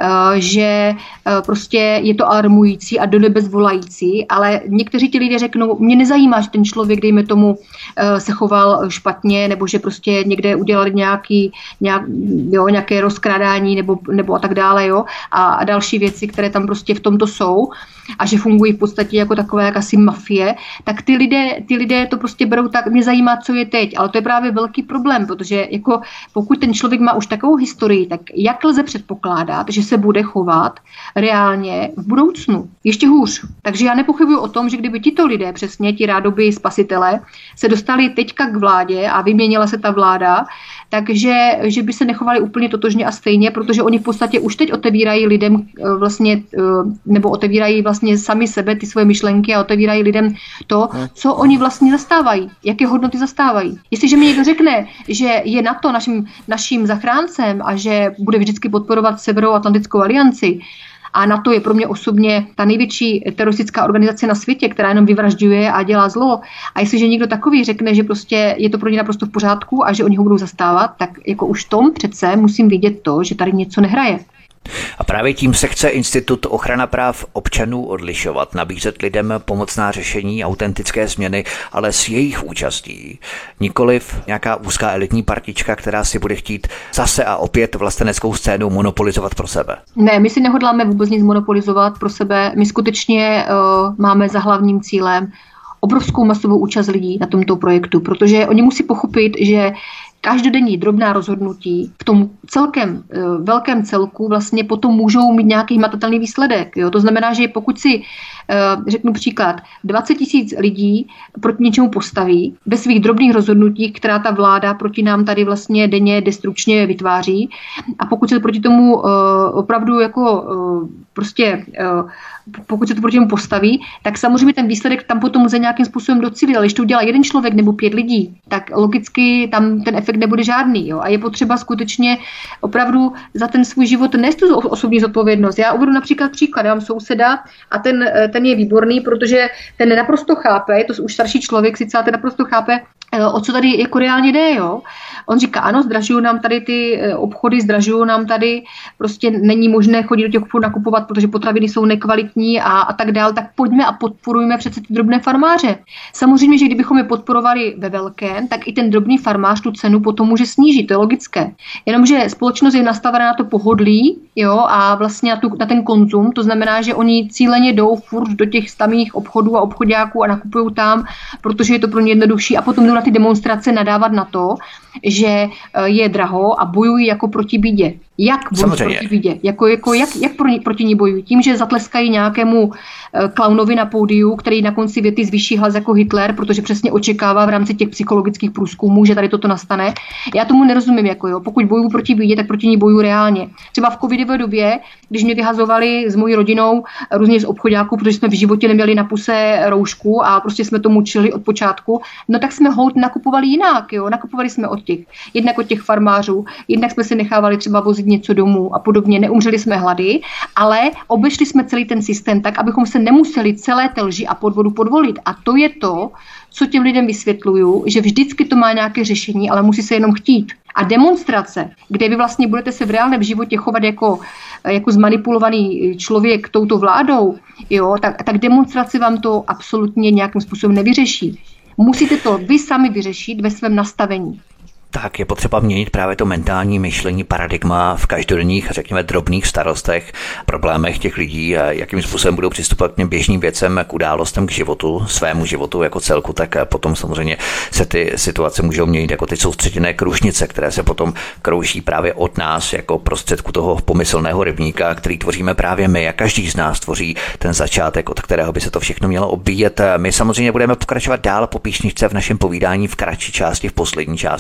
že e, prostě je to alarmující a do nebe volající, ale někteří ti lidé řeknou, mě nezajímá, že ten člověk, dejme tomu, e, se choval špatně, nebo že prostě někde udělali nějaký, nějak, jo, nějaké rozkrádání, nebo, nebo a tak dále, jo, a, a další věci, které tam prostě v tomto jsou, a že fungují v podstatě jako takové jakási mafie, tak ty lidé, ty lidé to prostě berou tak, mě zajímá, co je teď, ale to je právě velký problém, protože jako pokud ten člověk má už takovou historii, tak jak lze předpokládat, že se bude chovat reálně v budoucnu? Ještě hůř. Takže já nepochybuju o tom, že kdyby tito lidé, přesně ti rádoby spasitele, se dostali teďka k vládě a vyměnila se ta vláda, takže že by se nechovali úplně totožně a stejně, protože oni v podstatě už teď otevírají lidem vlastně, nebo otevírají vlastně sami sebe, ty svoje myšlenky a otevírají lidem to, co oni vlastně zastávají, jaké hodnoty zastávají. Jestliže mi někdo řekne, že je NATO naším, naším zachráncem a že bude vždycky podporovat Severoatlantickou alianci, a NATO je pro mě osobně ta největší teroristická organizace na světě, která jenom vyvražďuje a dělá zlo. A jestliže někdo takový řekne, že prostě je to pro ně naprosto v pořádku a že oni ho budou zastávat, tak jako už tom přece musím vidět to, že tady něco nehraje. A právě tím se chce Institut ochrana práv občanů odlišovat, nabízet lidem pomocná řešení, autentické změny, ale s jejich účastí. Nikoliv nějaká úzká elitní partička, která si bude chtít zase a opět vlasteneckou scénu monopolizovat pro sebe. Ne, my si nehodláme vůbec nic monopolizovat pro sebe. My skutečně uh, máme za hlavním cílem obrovskou masovou účast lidí na tomto projektu, protože oni musí pochopit, že každodenní drobná rozhodnutí v tom celkem, velkém celku vlastně potom můžou mít nějaký hmatatelný výsledek. Jo? To znamená, že pokud si, řeknu příklad, dvacet tisíc lidí proti něčemu postaví ve svých drobných rozhodnutích, která ta vláda proti nám tady vlastně denně destrukčně vytváří, a pokud se proti tomu opravdu jako prostě pokud se to proti němu postaví, tak samozřejmě ten výsledek tam potom může nějakým způsobem docílit. Ale když to udělá jeden člověk nebo pět lidí, tak logicky tam ten efekt nebude žádný. Jo? A je potřeba skutečně opravdu za ten svůj život nést tu osobní zodpovědnost. Já uvedu například příklad, já mám souseda a ten, ten je výborný, protože ten naprosto chápe, je to už starší člověk, sice ale ten naprosto chápe, o co tady jako reálně jde, jo. On říká, ano, zdražují nám tady ty obchody, zdražují nám tady, prostě není možné chodit do těch obchodů nakupovat, protože potraviny jsou nekvalitní a, a tak dál, tak pojďme a podporujme přece ty drobné farmáře. Samozřejmě, že kdybychom je podporovali ve velkém, tak i ten drobný farmář tu cenu potom může snížit, to je logické. Jenomže společnost je nastavená na to pohodlí, jo, a vlastně na, tu, na ten konzum, to znamená, že oni cíleně jdou furt do těch samých obchodů a obchodáků a nakupují tam, protože je to pro ně jednodušší, a potom jdou na ty demonstrace nadávat na to, že je draho a bojují jako proti bídě. Jak bojují proti bídě? Jako, jako, jak jak proti, proti ní bojují? Tím, že zatleskají nějakému klaunovi na pódiu, který na konci věty zvýší hlas jako Hitler, protože přesně očekává v rámci těch psychologických průzkumů, že tady toto nastane. Já tomu nerozumím, jako jo. Pokud bojují proti bídě, tak proti ní bojují reálně. Třeba v covidové době, když mě vyhazovali s mojí rodinou různě z obchodáků, protože jsme v životě neměli na puse roušku a prostě jsme to mučili od počátku, no tak jsme holt nakupovali jinak, jo. Nakupovali jsme od těch, jednak od těch farmářů, jednak jsme si nechávali třeba vozit něco domů a podobně, neumřeli jsme hlady, ale obešli jsme celý ten systém tak, abychom se nemuseli celé té lži a podvodu podvolit. A to je to, co těm lidem vysvětluju, že vždycky to má nějaké řešení, ale musí se jenom chtít. A demonstrace, kde vy vlastně budete se v reálném životě chovat jako, jako zmanipulovaný člověk touto vládou, jo, tak, tak demonstrace vám to absolutně nějakým způsobem nevyřeší. Musíte to vy sami vyřešit ve svém nastavení. Tak je potřeba měnit právě to mentální myšlení, paradigma v každodenních, řekněme, drobných starostech, problémech těch lidí, jakým způsobem budou přistupovat k těm běžným věcem, k událostem, k životu, svému životu jako celku, tak potom samozřejmě se ty situace můžou měnit jako ty soustředěné kružnice, které se potom krouží právě od nás jako prostředku toho pomyslného rybníka, který tvoříme právě my, a každý z nás tvoří ten začátek, od kterého by se to všechno mělo obíjet. My samozřejmě budeme pokračovat dál po písničce v našem povídání v kratší části, v poslední části.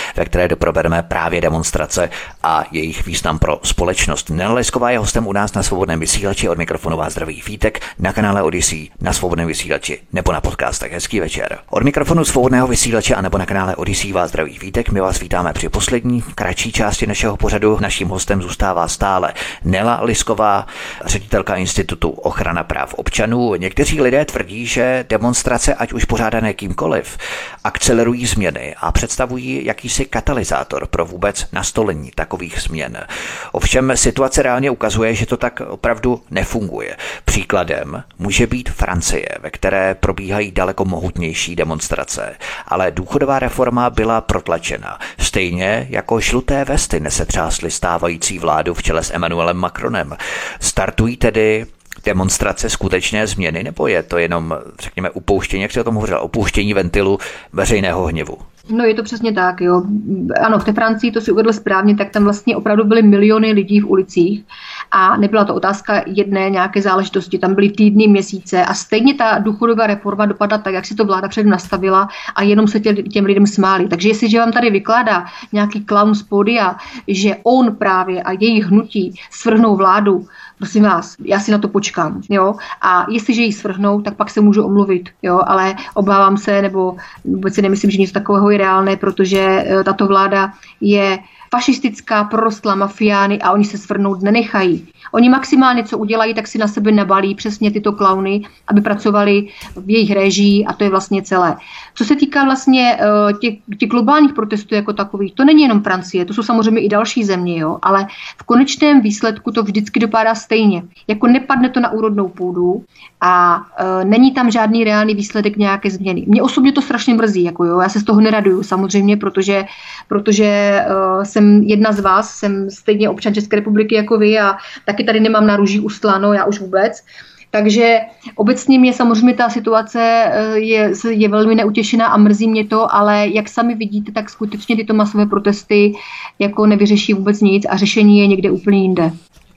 ve které doprovedeme právě demonstrace a jejich význam pro společnost. Nela Lisková je hostem u nás na Svobodném vysílači, od mikrofonu vás zdraví Vítek, na kanále Odyssey, na Svobodném vysílači nebo na podcastech. Hezký večer. Od mikrofonu Svobodného vysílače a nebo na kanále Odyssey vás zdraví Vítek. My vás vítáme při poslední kratší části našeho pořadu. Naším hostem zůstává stále Nela Lisková, ředitelka Institutu ochrana práv občanů. Někteří lidé tvrdí, že demonstrace, ať už pořádané kýmkoliv, akcelerují změny a představují jakýsi katalyzátor pro vůbec nastolení takových změn. Ovšem situace reálně ukazuje, že to tak opravdu nefunguje. Příkladem může být Francie, ve které probíhají daleko mohutnější demonstrace, ale důchodová reforma byla protlačena. Stejně jako žluté vesty nesetřásly stávající vládu v čele s Emmanuelem Macronem. Startují tedy demonstrace skutečné změny, nebo je to jenom, řekněme, upouštění, jak se o tom hovořil, opouštění ventilu veřejného hněvu? No je to přesně tak, jo. Ano, v té Francii, to si uvedl správně, tak tam vlastně opravdu byly miliony lidí v ulicích a nebyla to otázka jedné nějaké záležitosti, tam byly týdny, měsíce a stejně ta důchodová reforma dopadla tak, jak si to vláda předem nastavila a jenom se tě, těm lidem smáli. Takže jestliže vám tady vykládá nějaký klaun z pódia, že on právě a jejich hnutí svrhnou vládu, prosím vás, já si na to počkám, jo, a jestliže ji svrhnou, tak pak se můžu omluvit, jo, ale obávám se, nebo vůbec si nemyslím, že něco takového je reálné, protože tato vláda je fašistická, prorostlá mafiány a oni se svrhnout nenechají. Oni maximálně, co udělají, tak si na sebe nabalí přesně tyto klauny, aby pracovali v jejich réžii a to je vlastně celé. Co se týká vlastně těch, těch globálních protestů jako takových, to není jenom Francie, to jsou samozřejmě i další země, jo, ale v konečném výsledku to vždycky dopadá stejně. Jako nepadne to na úrodnou půdu a e, není tam žádný reálný výsledek nějaké změny. Mě osobně to strašně mrzí, jako jo, já se z toho neraduju samozřejmě, protože, protože e, jsem jedna z vás, jsem stejně občan České republiky jako vy a taky tady nemám na růží ustláno, já už vůbec. Takže obecně mě samozřejmě ta situace je, je velmi neutěšená a mrzí mě to, ale jak sami vidíte, tak skutečně tyto masové protesty jako nevyřeší vůbec nic a řešení je někde úplně jinde.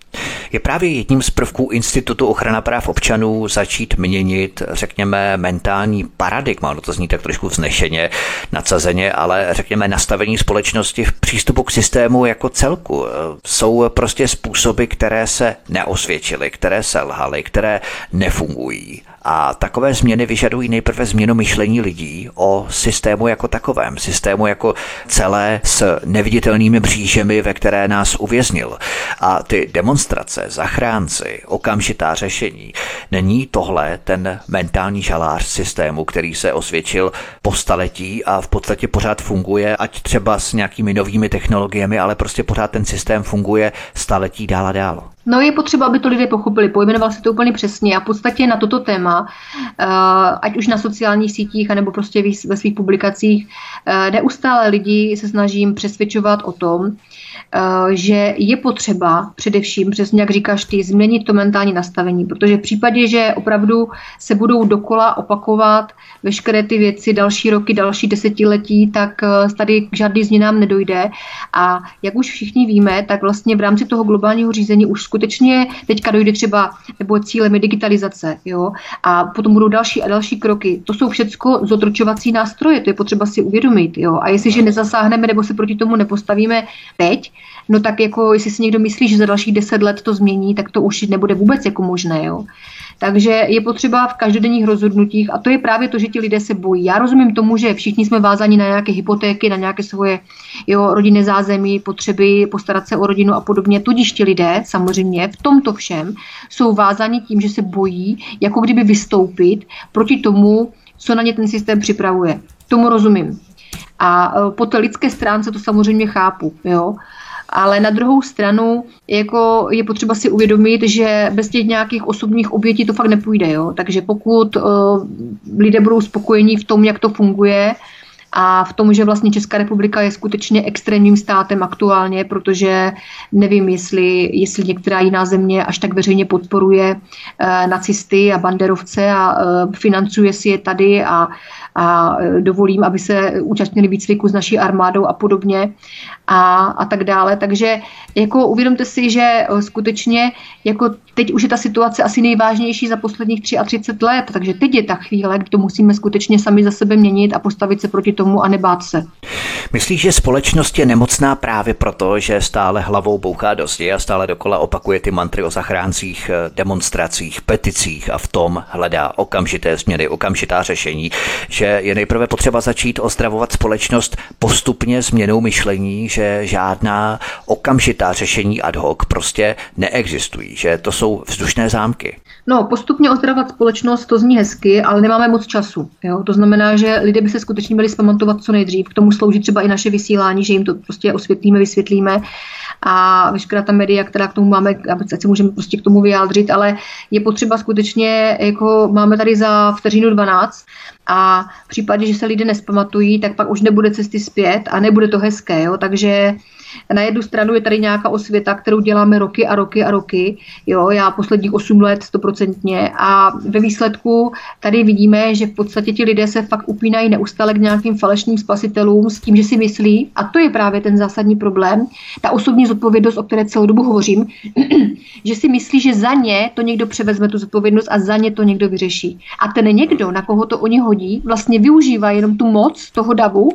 Je právě jedním z prvků Institutu ochrana práv občanů začít měnit, řekněme, mentální paradigma, ono to zní tak trošku vznešeně, nadsazeně, ale řekněme nastavení společnosti v přístupu k systému jako celku. Jsou prostě způsoby, které se neosvědčily, které selhaly, které nefungují. A takové změny vyžadují nejprve změnu myšlení lidí o systému jako takovém, systému jako celé s neviditelnými mřížemi, ve které nás uvěznil. A ty demonstrace, zachránci, okamžitá řešení, není tohle ten mentální žalář systému, který se osvědčil po staletí a v podstatě pořád funguje, ať třeba s nějakými novými technologiemi, ale prostě pořád ten systém funguje staletí dál a dál. No je potřeba, aby to lidé pochopili, pojmenoval se to úplně přesně a v podstatě na toto téma, ať už na sociálních sítích, anebo prostě ve svých publikacích, neustále lidi se snažím přesvědčovat o tom, že je potřeba především, přesně jak říkáš ty, změnit to mentální nastavení, protože v případě, že opravdu se budou dokola opakovat veškeré ty věci další roky, další desetiletí, tak tady k žádným změnám nedojde a jak už všichni víme, tak vlastně v rámci toho globálního řízení už skutečně teďka dojde třeba, nebo cílem je digitalizace, jo, a potom budou další a další kroky. To jsou všecko zotročovací nástroje, to je potřeba si uvědomit, jo, a jestliže nezasáhneme nebo se proti tomu nepostavíme teď, no tak jako jestli si někdo myslí, že za dalších deset let to změní, tak to už nebude vůbec jako možné, jo. Takže je potřeba v každodenních rozhodnutích a to je právě to, že ti lidé se bojí. Já rozumím tomu, že všichni jsme vázáni na nějaké hypotéky, na nějaké svoje jo, rodinné zázemí, potřeby, postarat se o rodinu a podobně. Tudíž ti lidé samozřejmě v tomto všem jsou vázáni tím, že se bojí, jako kdyby vystoupit proti tomu, co na ně ten systém připravuje. Tomu rozumím. A po té lidské stránce to samozřejmě chápu, jo. Ale na druhou stranu jako je potřeba si uvědomit, že bez těch nějakých osobních obětí to fakt nepůjde. Jo? Takže pokud uh, lidé budou spokojení v tom, jak to funguje a v tom, že vlastně Česká republika je skutečně extrémním státem aktuálně, protože nevím, jestli, jestli některá jiná země až tak veřejně podporuje uh, nacisty a banderovce a uh, financuje si je tady a a dovolím, aby se účastnili výcviku s naší armádou a podobně a, a tak dále. Takže jako uvědomte si, že skutečně jako teď už je ta situace asi nejvážnější za posledních třicet let, takže teď je ta chvíle, kdy to musíme skutečně sami za sebe měnit a postavit se proti tomu a nebát se. Myslíš, že společnost je nemocná právě proto, že stále hlavou bouchá do zdi a stále dokola opakuje ty mantry o zachráncích, demonstracích, peticích a v tom hledá okamžité změny, okamžitá řešení, že je nejprve potřeba začít ozdravovat společnost postupně změnou myšlení, že žádná okamžitá řešení ad hoc prostě neexistují, že to jsou vzdušné zámky? No, postupně ozdravovat společnost, to zní hezky, ale nemáme moc času. Jo? To znamená, že lidé by se skutečně měli zpamatovat co nejdřív. K tomu slouží třeba i naše vysílání, že jim to prostě osvětlíme, vysvětlíme a veškerá ta média, která k tomu máme, ať se můžeme prostě k tomu vyjádřit, ale je potřeba skutečně, jako máme tady za vteřinu dvanáct a v případě, že se lidé nespamatují, tak pak už nebude cesty zpět a nebude to hezké. Jo? Takže na jednu stranu je tady nějaká osvěta, kterou děláme roky a roky a roky. Jo, já posledních osm let stoprocentně a ve výsledku tady vidíme, že v podstatě ti lidé se fakt upínají neustále k nějakým falešným spasitelům s tím, že si myslí, a to je právě ten zásadní problém, ta osobní zodpovědnost, o které celou dobu hovořím, že si myslí, že za ně to někdo převezme tu zodpovědnost a za ně to někdo vyřeší. A ten někdo, na koho to oni hodí, vlastně využívá jenom tu moc toho davu,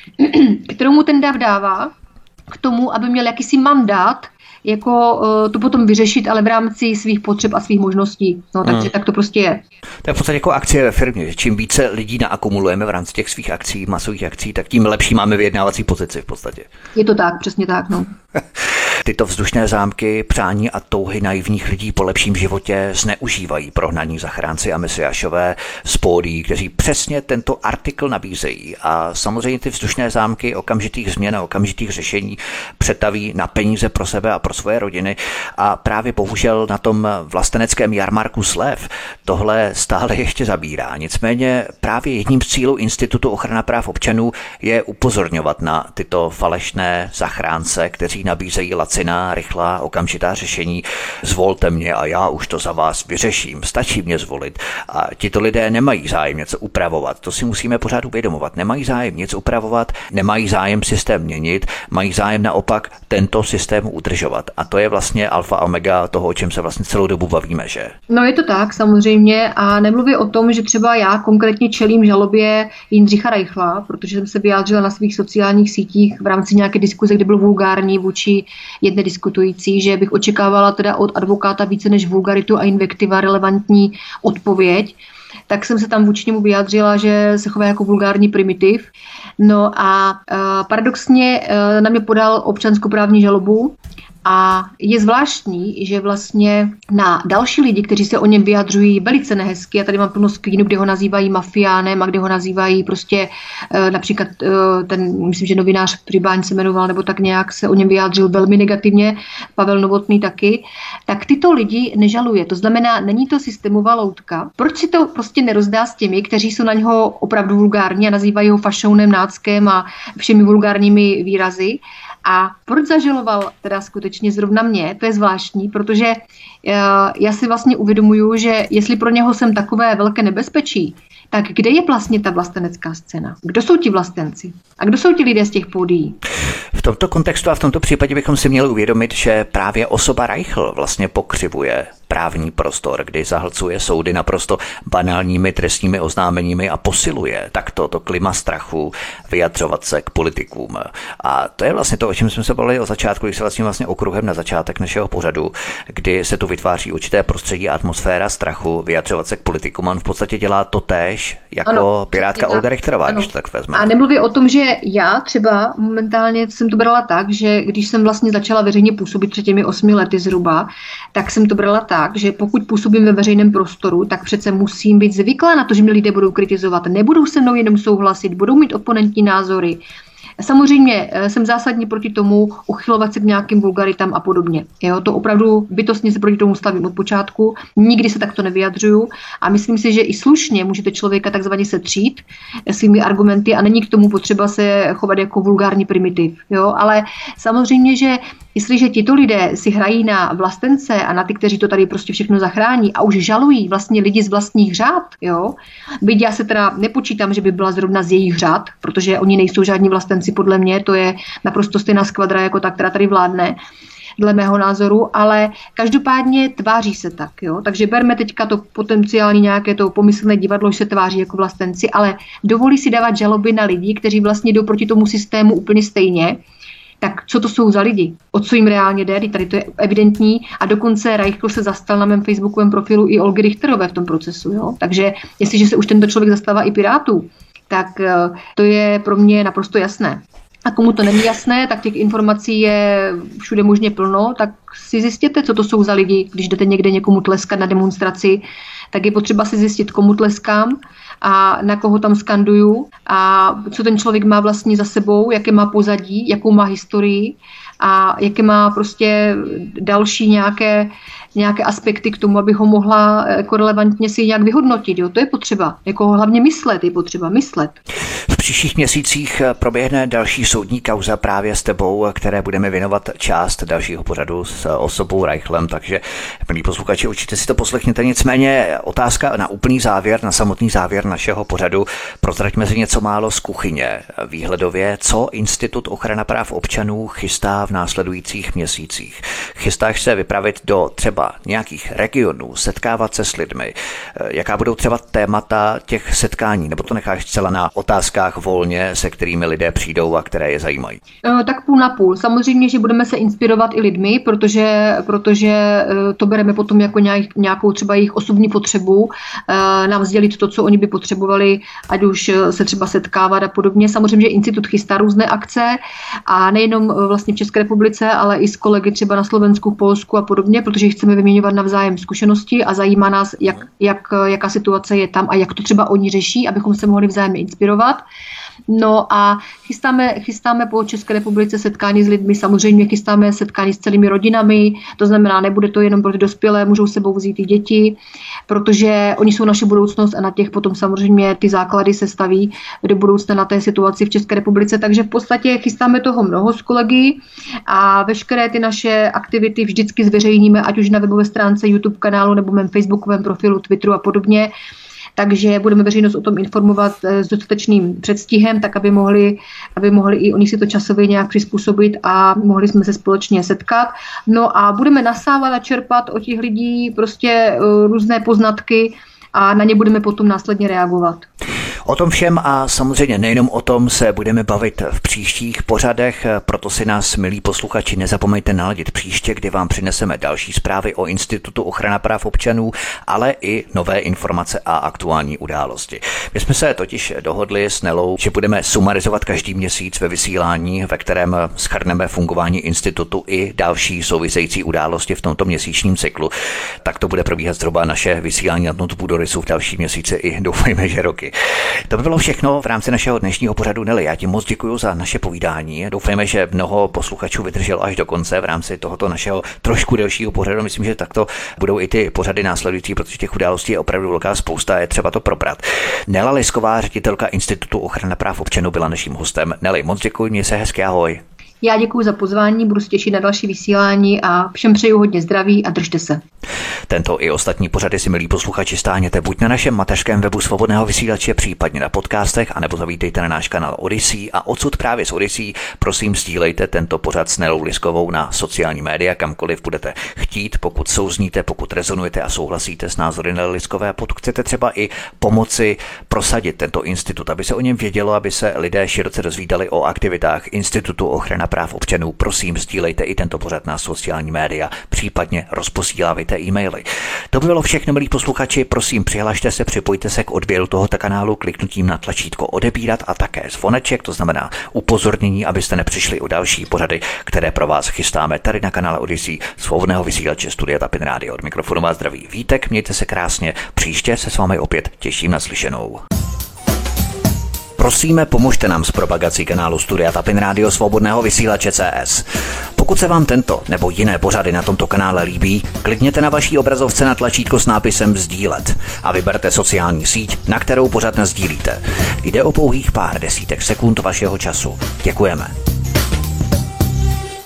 kterou mu ten dav dává, k tomu, aby měl jakýsi mandát, jako uh, to potom vyřešit, ale v rámci svých potřeb a svých možností. No, takže hmm. tak to prostě je. To je v podstatě jako akcie ve firmě. Čím více lidí naakumulujeme v rámci těch svých akcí, masových akcí, tak tím lepší máme vyjednávací pozici v podstatě. Je to tak, přesně tak, no. Tyto vzdušné zámky, přání a touhy naivních lidí po lepším životě zneužívají prohnaní zachránci a mesiášové z pódií, kteří přesně tento artikl nabízejí. A samozřejmě ty vzdušné zámky okamžitých změn a okamžitých řešení přetaví na peníze pro sebe a pro svoje rodiny. A právě bohužel na tom vlasteneckém jarmarku slev tohle stále ještě zabírá. Nicméně právě jedním z cílů Institutu ochrana práv občanů je upozorňovat na tyto falešné zachránce, kteří nabízejí laciná, rychlá, okamžitá řešení. Zvolte mě a já už to za vás vyřeším, stačí mě zvolit. A tito lidé nemají zájem něco upravovat, to si musíme pořád uvědomovat. Nemají zájem nic upravovat, nemají zájem systém měnit, mají zájem naopak tento systém udržovat. A to je vlastně alfa a omega toho, o čem se vlastně celou dobu bavíme, že? No je to tak, samozřejmě, a nemluví o tom, že třeba já konkrétně čelím žalobě Jindřicha Reichla, protože jsem se vyjádřila na svých sociálních sítích v rámci nějaké diskuze, kde byl vulgární vůči jedné diskutující, že bych očekávala teda od advokáta více než vulgaritu a invektiva relevantní odpověď, tak jsem se tam vůči němu vyjádřila, že se chová jako vulgární primitiv. No a e, paradoxně e, na mě podal občanskoprávní žalobu. A je zvláštní, že vlastně na další lidi, kteří se o něm vyjadřují velice nehezky, já tady mám plno screenů, kde ho nazývají mafiánem a kde ho nazývají prostě e, například e, ten, myslím, že novinář Přibáň se jmenoval, nebo tak nějak se o něm vyjádřil velmi negativně, Pavel Novotný taky, tak tyto lidi nežaluje. To znamená, není to systémová loutka. Proč si to prostě nerozdá s těmi, kteří jsou na něho opravdu vulgární a nazývají ho fašounem, náckem a všemi vulgárními výrazy? A proč zažaloval teda skutečně zrovna mě? To je zvláštní, protože já si vlastně uvědomuju, že jestli pro něho jsem takové velké nebezpečí, tak kde je vlastně ta vlastenecká scéna? Kdo jsou ti vlastenci? A kdo jsou ti lidé z těch pódií? V tomto kontextu a v tomto případě bychom si měli uvědomit, že právě osoba Reichl vlastně pokřivuje právní prostor, kdy zahlcuje soudy naprosto banálními trestními oznámeními a posiluje takto to klima strachu vyjadřovat se k politikům. A to je vlastně to, o čem jsme se bavili od začátku, když se vlastně vlastně okruhem na začátek našeho pořadu, kdy se tu vytváří určité prostředí a atmosféra strachu vyjadřovat se k politikům. On v podstatě dělá to též jako ano, pirátka Olga Richterová, když to tak vezmeme. A nemluví o tom, že já třeba momentálně jsem to brala tak, že když jsem vlastně začala veřejně působit před těmi osmi lety zhruba, tak jsem to brala tak, že pokud působím ve veřejném prostoru, tak přece musím být zvyklá na to, že mě lidé budou kritizovat, nebudou se mnou jenom souhlasit, budou mít oponentní názory. Samozřejmě jsem zásadně proti tomu uchylovat se k nějakým vulgaritám a podobně. Jo, to opravdu bytostně se proti tomu stavím od počátku, nikdy se takto nevyjadřuju a myslím si, že i slušně můžete člověka takzvaně setřít svými argumenty a není k tomu potřeba se chovat jako vulgární primitiv. Jo, ale samozřejmě, že jestliže tito lidé si hrají na vlastence a na ty, kteří to tady prostě všechno zachrání a už žalují vlastně lidi z vlastních řád, jo, byť já se teda nepočítám, že by byla zrovna z jejich řád, protože oni nejsou žádní vlastenci podle mě, to je naprosto stejná skvadra jako ta, která tady vládne, dle mého názoru, ale každopádně tváří se tak. Jo? Takže berme teďka to potenciální nějaké to pomyslné divadlo, že se tváří jako vlastenci, ale dovolí si dávat žaloby na lidi, kteří vlastně jdou proti tomu systému úplně stejně. Tak co to jsou za lidi? O co jim reálně jde? Tady to je evidentní a dokonce Reichl se zastal na mém facebookovém profilu i Olgy Richterové v tom procesu. Jo? Takže jestliže se už tento člověk zastává i Pirátů, tak to je pro mě naprosto jasné. A komu to není jasné, tak těch informací je všude možně plno, tak si zjistěte, co to jsou za lidi. Když jdete někde někomu tleskat na demonstraci, tak je potřeba si zjistit, komu tleskám a na koho tam skanduju a co ten člověk má vlastně za sebou, jaké má pozadí, jakou má historii a jaké má prostě další nějaké, nějaké aspekty k tomu, abych ho mohla jako relevantně si nějak vyhodnotit. Jo? To je potřeba. Jako hlavně myslet je potřeba. Myslet. V příštích měsících proběhne další soudní kauza právě s tebou, které budeme věnovat část dalšího pořadu s osobou Reichlem, takže milí posluchači, určitě si to poslechněte. Nicméně otázka na úplný závěr, na samotný závěr našeho pořadu. Prozraďme si něco málo z kuchyně. Výhledově, co Institut ochrana práv občanů chystá v následujících měsících. Chystáš se vypravit do třeba nějakých regionů, setkávat se s lidmi? Jaká budou třeba témata těch setkání? Nebo to necháš zcela na otázkách volně, se kterými lidé přijdou a které je zajímají? Tak půl na půl. Samozřejmě, že budeme se inspirovat i lidmi, protože, protože to bereme potom jako nějakou třeba jejich osobní potřebu, nám sdělit to, co oni by potřebovali, ať už se třeba setkávat a podobně. Samozřejmě, že institut chystá různé akce a nejenom vlastně v České republice, ale i s kolegy třeba na Slovensku, Polsku a podobně, protože chceme vyměňovat navzájem zkušenosti a zajímá nás, jak, jak, jaká situace je tam a jak to třeba oni řeší, abychom se mohli vzájemně inspirovat. No a chystáme, chystáme po České republice setkání s lidmi, samozřejmě chystáme setkání s celými rodinami, to znamená, nebude to jenom pro ty dospělé, můžou s sebou vzít i děti, protože oni jsou naše budoucnost a na těch potom samozřejmě ty základy se staví do budoucna na té situaci v České republice, takže v podstatě chystáme toho mnoho s kolegy a veškeré ty naše aktivity vždycky zveřejníme, ať už na webové stránce, YouTube kanálu nebo mém facebookovém profilu, Twitteru a podobně. Takže budeme veřejnost o tom informovat s dostatečným předstihem, tak aby mohli, aby mohli i oni si to časově nějak přizpůsobit a mohli jsme se společně setkat. No a budeme nasávat a čerpat od těch lidí prostě různé poznatky a na ně budeme potom následně reagovat. O tom všem a samozřejmě nejenom o tom se budeme bavit v příštích pořadech, proto si nás, milí posluchači, nezapomeňte naladit příště, kdy vám přineseme další zprávy o Institutu ochrana práv občanů, ale i nové informace a aktuální události. My jsme se totiž dohodli s Nelou, že budeme sumarizovat každý měsíc ve vysílání, ve kterém shrneme fungování institutu i další související události v tomto měsíčním cyklu. Tak to bude probíhat zhruba naše vysílání nad notu půdorysu v další měsíci i doufejme, že roky. To by bylo všechno v rámci našeho dnešního pořadu. Nelly, já ti moc děkuji za naše povídání. Doufejme, že mnoho posluchačů vydrželo až do konce v rámci tohoto našeho trošku delšího pořadu. Myslím, že takto budou i ty pořady následující, protože těch událostí je opravdu velká spousta, je třeba to probrat. Nela Lisková, ředitelka Institutu ochrana práv občanů, byla naším hostem. Nelly, moc děkuji, měj se hezky, ahoj. Já děkuji za pozvání, budu se těšit na další vysílání a všem přeju hodně zdraví a držte se. Tento i ostatní pořady si, milí posluchači, stáhněte buď na našem mateřském webu Svobodného vysílače, případně na podcastech, anebo zavítejte na náš kanál Odyssey a odsud právě z Odyssey prosím sdílejte tento pořad s Nelou Liskovou na sociální média, kamkoliv budete chtít, pokud souzníte, pokud rezonujete a souhlasíte s názory Nely Liskové, pokud chcete třeba i pomoci prosadit tento institut, aby se o něm vědělo, aby se lidé široce dozvídali o aktivitách Institutu ochrana práv občanů, prosím sdílejte i tento pořad na sociální média, případně rozposílávejte e-maily. To by bylo všechno, milí posluchači, prosím přihlašte se, připojte se k odběru tohoto kanálu kliknutím na tlačítko odebírat a také zvoneček, to znamená upozornění, abyste nepřišli o další pořady, které pro vás chystáme tady na kanále Odyssey, Svobodného vysílače Studia Tapin Radio. Od mikrofonu vás zdraví Vítek, mějte se krásně, příště se s vámi opět těším na slyšenou. Prosíme, pomožte nám s propagací kanálu Studia Tapin Radio Svobodného vysílače C S. Pokud se vám tento nebo jiné pořady na tomto kanále líbí, klikněte na vaší obrazovce na tlačítko s nápisem sdílet a vyberte sociální síť, na kterou pořad nasdílíte. Jde o pouhých pár desítek sekund vašeho času. Děkujeme.